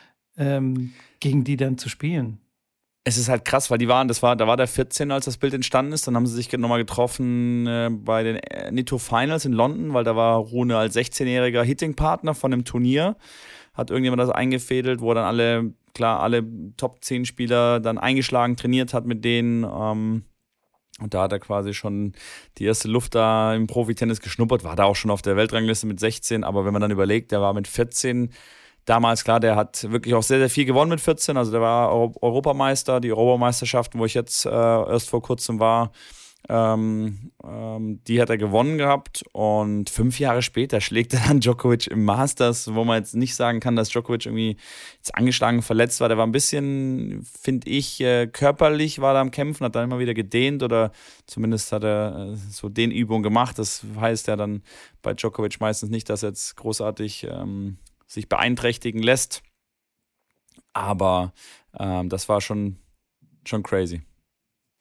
ähm, gegen die dann zu spielen. Es ist halt krass, weil die waren, das war, da war der vierzehn, als das Bild entstanden ist. Dann haben sie sich nochmal getroffen äh, bei den Nitto Finals in London, weil da war Rune als sechzehnjähriger Hitting-Partner von einem Turnier. Hat irgendjemand das eingefädelt, wo dann alle, klar, alle Top zehn Spieler dann eingeschlagen, trainiert hat mit denen. Ähm, und da hat er quasi schon die erste Luft da im Profitennis geschnuppert, war da auch schon auf der Weltrangliste mit sechzehn. Aber wenn man dann überlegt, der war mit vierzehn damals, klar, der hat wirklich auch sehr, sehr viel gewonnen mit vierzehn. Also der war Europameister, die Europameisterschaften, wo ich jetzt äh, erst vor kurzem war, ähm, ähm, die hat er gewonnen gehabt. Und fünf Jahre später schlägt er dann Djokovic im Masters, wo man jetzt nicht sagen kann, dass Djokovic irgendwie jetzt angeschlagen, verletzt war. Der war ein bisschen, finde ich, äh, körperlich war da am Kämpfen, hat dann immer wieder gedehnt oder zumindest hat er äh, so Dehnübungen gemacht. Das heißt ja dann bei Djokovic meistens nicht, dass er jetzt großartig ähm, sich beeinträchtigen lässt. Aber ähm, das war schon, schon crazy.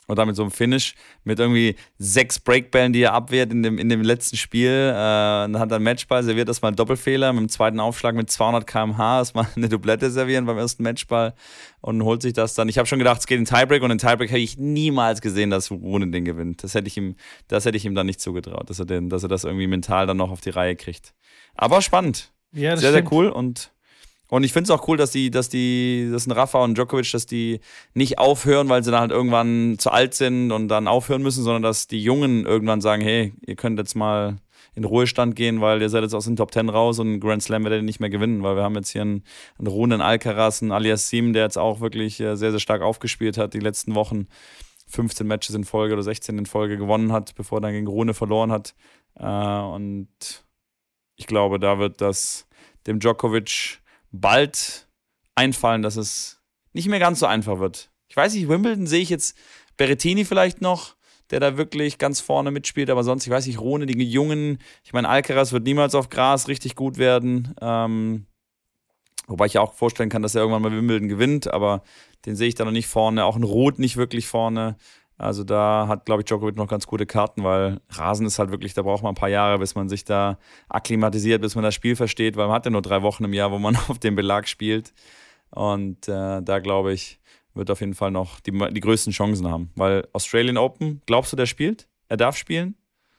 Und dann mit so einem Finish, mit irgendwie sechs Breakballen, die er abwehrt in dem, in dem letzten Spiel. Äh, dann hat er einen Matchball, serviert das mal einen Doppelfehler. Mit dem zweiten Aufschlag mit zweihundert Kilometer pro Stunde erstmal eine Doublette servieren beim ersten Matchball und holt sich das dann. Ich habe schon gedacht, es geht in Tiebreak, und in Tiebreak hätte ich niemals gesehen, dass Rune den gewinnt. Das hätte ich ihm, das hätte ich ihm dann nicht zugetraut, dass er, den, dass er das irgendwie mental dann noch auf die Reihe kriegt. Aber spannend. Ja, das sehr, stimmt. sehr cool. Und Und ich finde es auch cool, dass die, dass die, dass ein Rafa und Djokovic, dass die nicht aufhören, weil sie dann halt irgendwann zu alt sind und dann aufhören müssen, sondern dass die Jungen irgendwann sagen, hey, ihr könnt jetzt mal in Ruhestand gehen, weil ihr seid jetzt aus den Top Ten raus und einen Grand Slam werdet ihr nicht mehr gewinnen, weil wir haben jetzt hier einen, einen Rune, einen Alcaraz, einen Aliassim, der jetzt auch wirklich sehr, sehr stark aufgespielt hat die letzten Wochen. fünfzehn Matches in Folge oder sechzehn in Folge gewonnen hat, bevor er dann gegen Rune verloren hat. Und ich glaube, da wird das dem Djokovic bald einfallen, dass es nicht mehr ganz so einfach wird. Ich weiß nicht, Wimbledon sehe ich jetzt Berrettini vielleicht noch, der da wirklich ganz vorne mitspielt, aber sonst, ich weiß nicht, Rune, die Jungen, ich meine, Alcaraz wird niemals auf Gras richtig gut werden, ähm, wobei ich ja auch vorstellen kann, dass er irgendwann mal Wimbledon gewinnt, aber den sehe ich da noch nicht vorne, auch ein Roth nicht wirklich vorne. Also da hat, glaube ich, Djokovic noch ganz gute Karten, weil Rasen ist halt wirklich, da braucht man ein paar Jahre, bis man sich da akklimatisiert, bis man das Spiel versteht, weil man hat ja nur drei Wochen im Jahr, wo man auf dem Belag spielt. Und äh, da, glaube ich, wird auf jeden Fall noch die, die größten Chancen haben. Weil Australian Open, glaubst du, der spielt? Er darf spielen?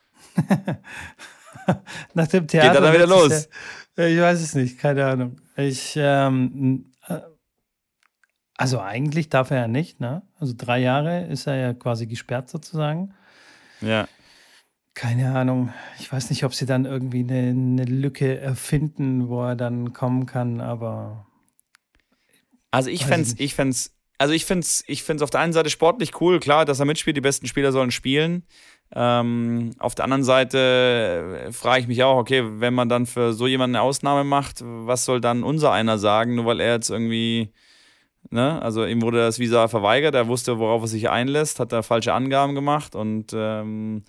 Nach dem Theater. Geht er dann wieder los? Ja, ich weiß es nicht, keine Ahnung. Ich, ähm, Also eigentlich darf er ja nicht, ne? Also drei Jahre ist er ja quasi gesperrt sozusagen. Ja. Keine Ahnung. Ich weiß nicht, ob sie dann irgendwie eine, eine Lücke erfinden, wo er dann kommen kann, aber. Also ich fände es, ich fänd's, also ich finde es ich find's auf der einen Seite sportlich cool, klar, dass er mitspielt, die besten Spieler sollen spielen. Ähm, auf der anderen Seite frage ich mich auch, okay, wenn man dann für so jemanden eine Ausnahme macht, was soll dann unser einer sagen, nur weil er jetzt irgendwie. Ne? Also ihm wurde das Visa verweigert, er wusste, worauf er sich einlässt, hat da falsche Angaben gemacht und ähm,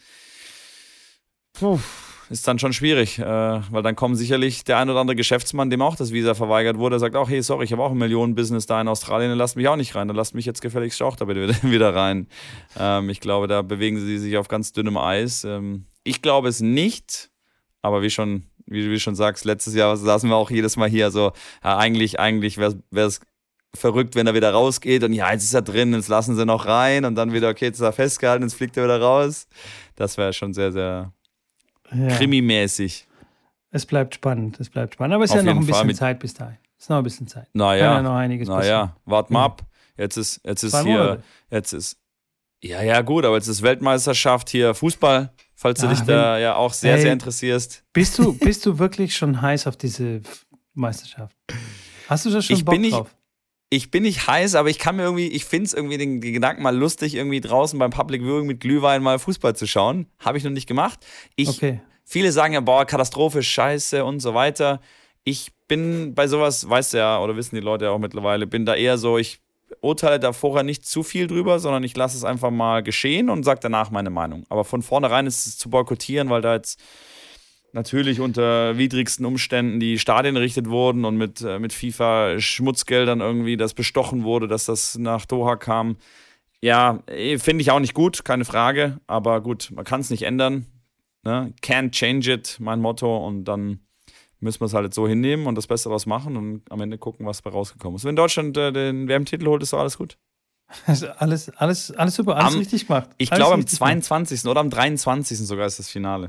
puh, ist dann schon schwierig, äh, weil dann kommt sicherlich der ein oder andere Geschäftsmann, dem auch das Visa verweigert wurde, der sagt auch, hey, sorry, ich habe auch ein Millionen-Business da in Australien, dann lasst mich auch nicht rein, dann lasst mich jetzt gefälligst auch da bitte wieder rein. Ähm, ich glaube, da bewegen sie sich auf ganz dünnem Eis. Ähm, ich glaube es nicht, aber wie schon, wie du schon sagst, letztes Jahr saßen wir auch jedes Mal hier so, ja, eigentlich, eigentlich wäre es verrückt, wenn er wieder rausgeht und ja, jetzt ist er drin, jetzt lassen sie noch rein und dann wieder, okay, jetzt ist er festgehalten, jetzt fliegt er wieder raus. Das wäre schon sehr, sehr ja. krimimäßig. Es bleibt spannend, es bleibt spannend, aber es ist Auf ja noch ein bisschen mit Zeit bis dahin. Es ist noch ein bisschen Zeit. Naja, Kann ja noch einiges naja, wart mal ab. Jetzt ist, jetzt ist Zwei hier, Monate. jetzt ist, ja, ja, gut, aber jetzt ist Weltmeisterschaft hier, Fußball, falls du Ah, dich wenn- da ja auch sehr, Ey. sehr interessierst. Bist du, bist du wirklich schon heiß auf diese Meisterschaft? Hast du da schon Ich Bock bin nicht- drauf? Ich bin nicht heiß, aber ich kann mir irgendwie, ich finde es irgendwie den, den Gedanken mal lustig, irgendwie draußen beim Public Viewing mit Glühwein mal Fußball zu schauen. Habe ich noch nicht gemacht. Ich, Okay. Viele sagen ja, boah, Katastrophe, Scheiße und so weiter. Ich bin bei sowas, weißt du ja, oder wissen die Leute ja auch mittlerweile, bin da eher so, ich urteile da vorher nicht zu viel drüber, sondern ich lasse es einfach mal geschehen und sage danach meine Meinung. Aber von vornherein ist es zu boykottieren, weil da jetzt natürlich unter widrigsten Umständen die Stadien errichtet wurden und mit, äh, mit FIFA-Schmutzgeldern irgendwie das bestochen wurde, dass das nach Doha kam. Ja, eh, finde ich auch nicht gut, keine Frage. Aber gut, man kann es nicht ändern. Ne? Can't change it, mein Motto. Und dann müssen wir es halt jetzt so hinnehmen und das Beste daraus machen und am Ende gucken, was dabei rausgekommen ist. Wenn Deutschland äh, den W M-Titel holt, ist doch alles gut. Also alles, alles, alles super, alles Am- richtig gemacht. Ich Alles glaube, am richtig gemacht. zweiundzwanzigsten oder am dreiundzwanzigsten sogar ist das Finale.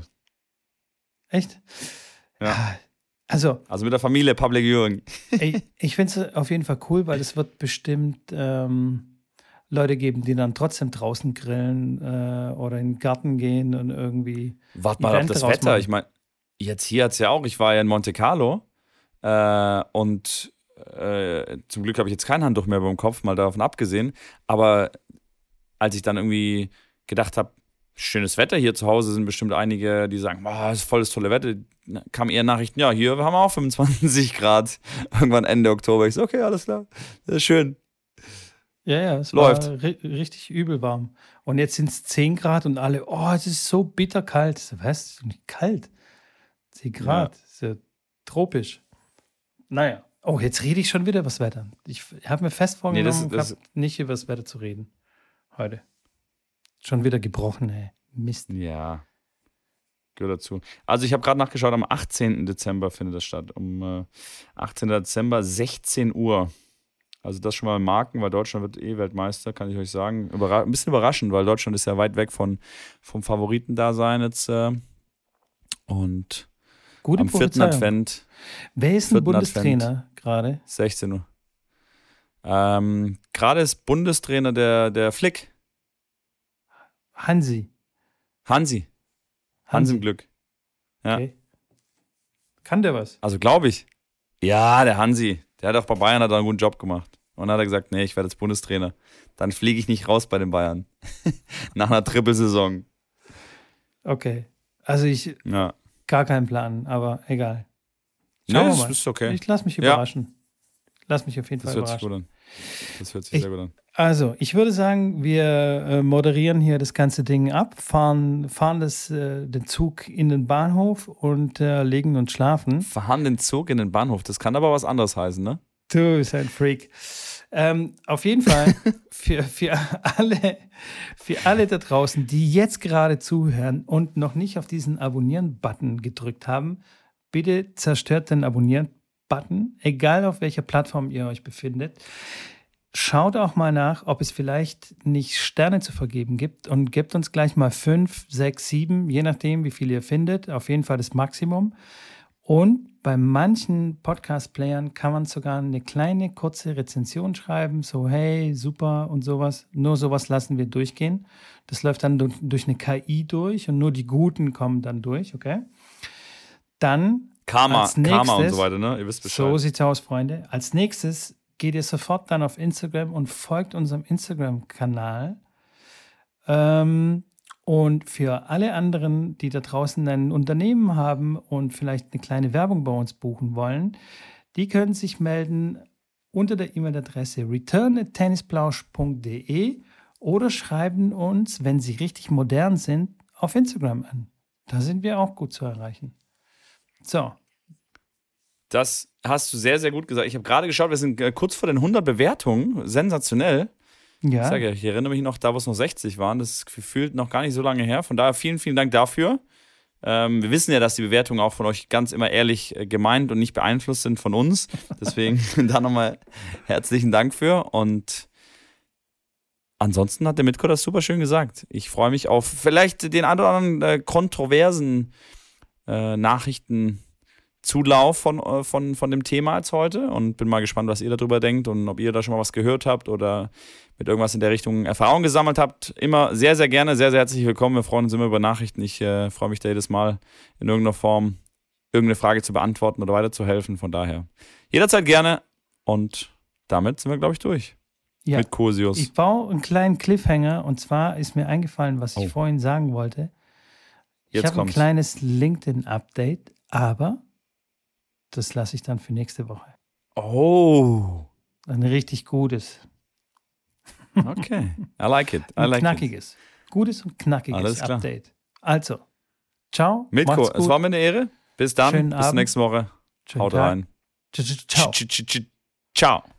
Echt? Ja. Also, Also mit der Familie Public Viewing. ich, ich finde es auf jeden Fall cool, weil es wird bestimmt ähm, Leute geben, die dann trotzdem draußen grillen äh, oder in den Garten gehen und irgendwie. Warte mal auf Event das draus Wetter. machen. Ich meine, jetzt hier hat es ja auch, ich war ja in Monte Carlo äh, und äh, zum Glück habe ich jetzt kein Handtuch mehr beim Kopf, mal davon abgesehen. Aber als ich dann irgendwie gedacht habe, schönes Wetter hier zu Hause, sind bestimmt einige, die sagen, boah, das ist voll das tolle Wetter. Kamen eher Nachrichten, ja, hier haben wir auch fünfundzwanzig Grad. Irgendwann Ende Oktober. Ich so, okay, alles klar. Das ist schön. Ja, ja, es Läuft. war ri richtig übel warm. Und jetzt sind es zehn Grad und alle, oh, es ist so bitterkalt. Ich so, was? Es ist doch nicht kalt. zehn Grad. Ja. Ist ja tropisch. Naja. Oh, jetzt rede ich schon wieder über das Wetter. Ich habe mir fest vorgenommen, das- das- gehabt, nicht über das Wetter zu reden. Heute. Schon wieder gebrochen, ey. Mist. Ja, gehört dazu. Also ich habe gerade nachgeschaut, am achtzehnten Dezember findet das statt. Um äh, achtzehnten Dezember, sechzehn Uhr. Also das schon mal marken, weil Deutschland wird eh Weltmeister, kann ich euch sagen. Überra- ein bisschen überraschend, weil Deutschland ist ja weit weg von, vom Favoritendasein jetzt. Äh, und Gute am vierten Prophezeiung. Advent, Wer ist ein vierten Bundestrainer gerade? sechzehn Uhr. Ähm, gerade ist Bundestrainer der, der Flick, Hansi. Hansi. Hans im Glück. Ja. Okay. Kann der was? Also glaube ich. Ja, der Hansi. Der hat auch bei Bayern hat er einen guten Job gemacht. Und dann hat er gesagt, nee, ich werde jetzt Bundestrainer. Dann fliege ich nicht raus bei den Bayern. Nach einer Trippelsaison. Okay. Also ich, Ja. gar keinen Plan, aber egal. Nee, Schauen das wir mal. ist okay. Ich lasse mich Ja. überraschen. Lass mich auf jeden Das Fall hört sich überraschen. gut an. Das hört sich Ich- sehr gut an. Also, ich würde sagen, wir äh, moderieren hier das ganze Ding ab, fahren, fahren das, äh, den Zug in den Bahnhof und äh, legen uns schlafen. Fahren den Zug in den Bahnhof. Das kann aber was anderes heißen, ne? Du bist ein Freak. Ähm, auf jeden Fall für, für, alle, für alle da draußen, die jetzt gerade zuhören und noch nicht auf diesen Abonnieren-Button gedrückt haben, bitte zerstört den Abonnieren-Button, egal auf welcher Plattform ihr euch befindet. Schaut auch mal nach, ob es vielleicht nicht Sterne zu vergeben gibt und gebt uns gleich mal fünf, sechs, sieben, je nachdem, wie viel ihr findet. Auf jeden Fall das Maximum. Und bei manchen Podcast-Playern kann man sogar eine kleine, kurze Rezension schreiben, so hey, super und sowas. Nur sowas lassen wir durchgehen. Das läuft dann durch, durch eine K I durch und nur die Guten kommen dann durch, okay? Dann Karma, als Karma und nächstes- so weiter, ne? Ihr wisst Bescheid. so sieht's aus, Freunde. Als nächstes geht ihr sofort dann auf Instagram und folgt unserem Instagram-Kanal. Ähm, und für alle anderen, die da draußen ein Unternehmen haben und vielleicht eine kleine Werbung bei uns buchen wollen, die können sich melden unter der E-Mail-Adresse return at tennisplausch punkt de oder schreiben uns, wenn sie richtig modern sind, auf Instagram an. Da sind wir auch gut zu erreichen. So. Das hast du sehr, sehr gut gesagt. Ich habe gerade geschaut, wir sind äh, kurz vor den hundert Bewertungen. Sensationell. Ich Ja. sage ja, ich erinnere mich noch, da wo es noch sechzig waren. Das ist gefühlt noch gar nicht so lange her. Von daher vielen, vielen Dank dafür. Ähm, wir wissen ja, dass die Bewertungen auch von euch ganz immer ehrlich äh, gemeint und nicht beeinflusst sind von uns. Deswegen da nochmal herzlichen Dank für. Und ansonsten hat der Mitko das super schön gesagt. Ich freue mich auf vielleicht den ein oder anderen äh, kontroversen äh, Nachrichten. Zulauf von, äh, von, von dem Thema als heute und bin mal gespannt, was ihr darüber denkt und ob ihr da schon mal was gehört habt oder mit irgendwas in der Richtung Erfahrung gesammelt habt. Immer sehr, sehr gerne, sehr, sehr herzlich willkommen. Wir freuen uns immer über Nachrichten. Ich äh, freue mich da jedes Mal in irgendeiner Form irgendeine Frage zu beantworten oder weiterzuhelfen. Von daher jederzeit gerne und damit sind wir, glaube ich, durch. Ja. Mit Cosius. Ich baue einen kleinen Cliffhanger und zwar ist mir eingefallen, was ich Oh. vorhin sagen wollte. Ich Jetzt habe ein kommt's. kleines LinkedIn-Update, aber das lasse ich dann für nächste Woche. Oh, Ein richtig gutes, okay. I like it. I ein like it. knackiges. Gutes und knackiges Alles klar. Update. Also, ciao. Mitko, macht's es gut. war mir eine Ehre. Bis dann. Schönen Bis zur Abend. nächsten Woche. Schönen Haut Tag. rein. Ciao. Ciao.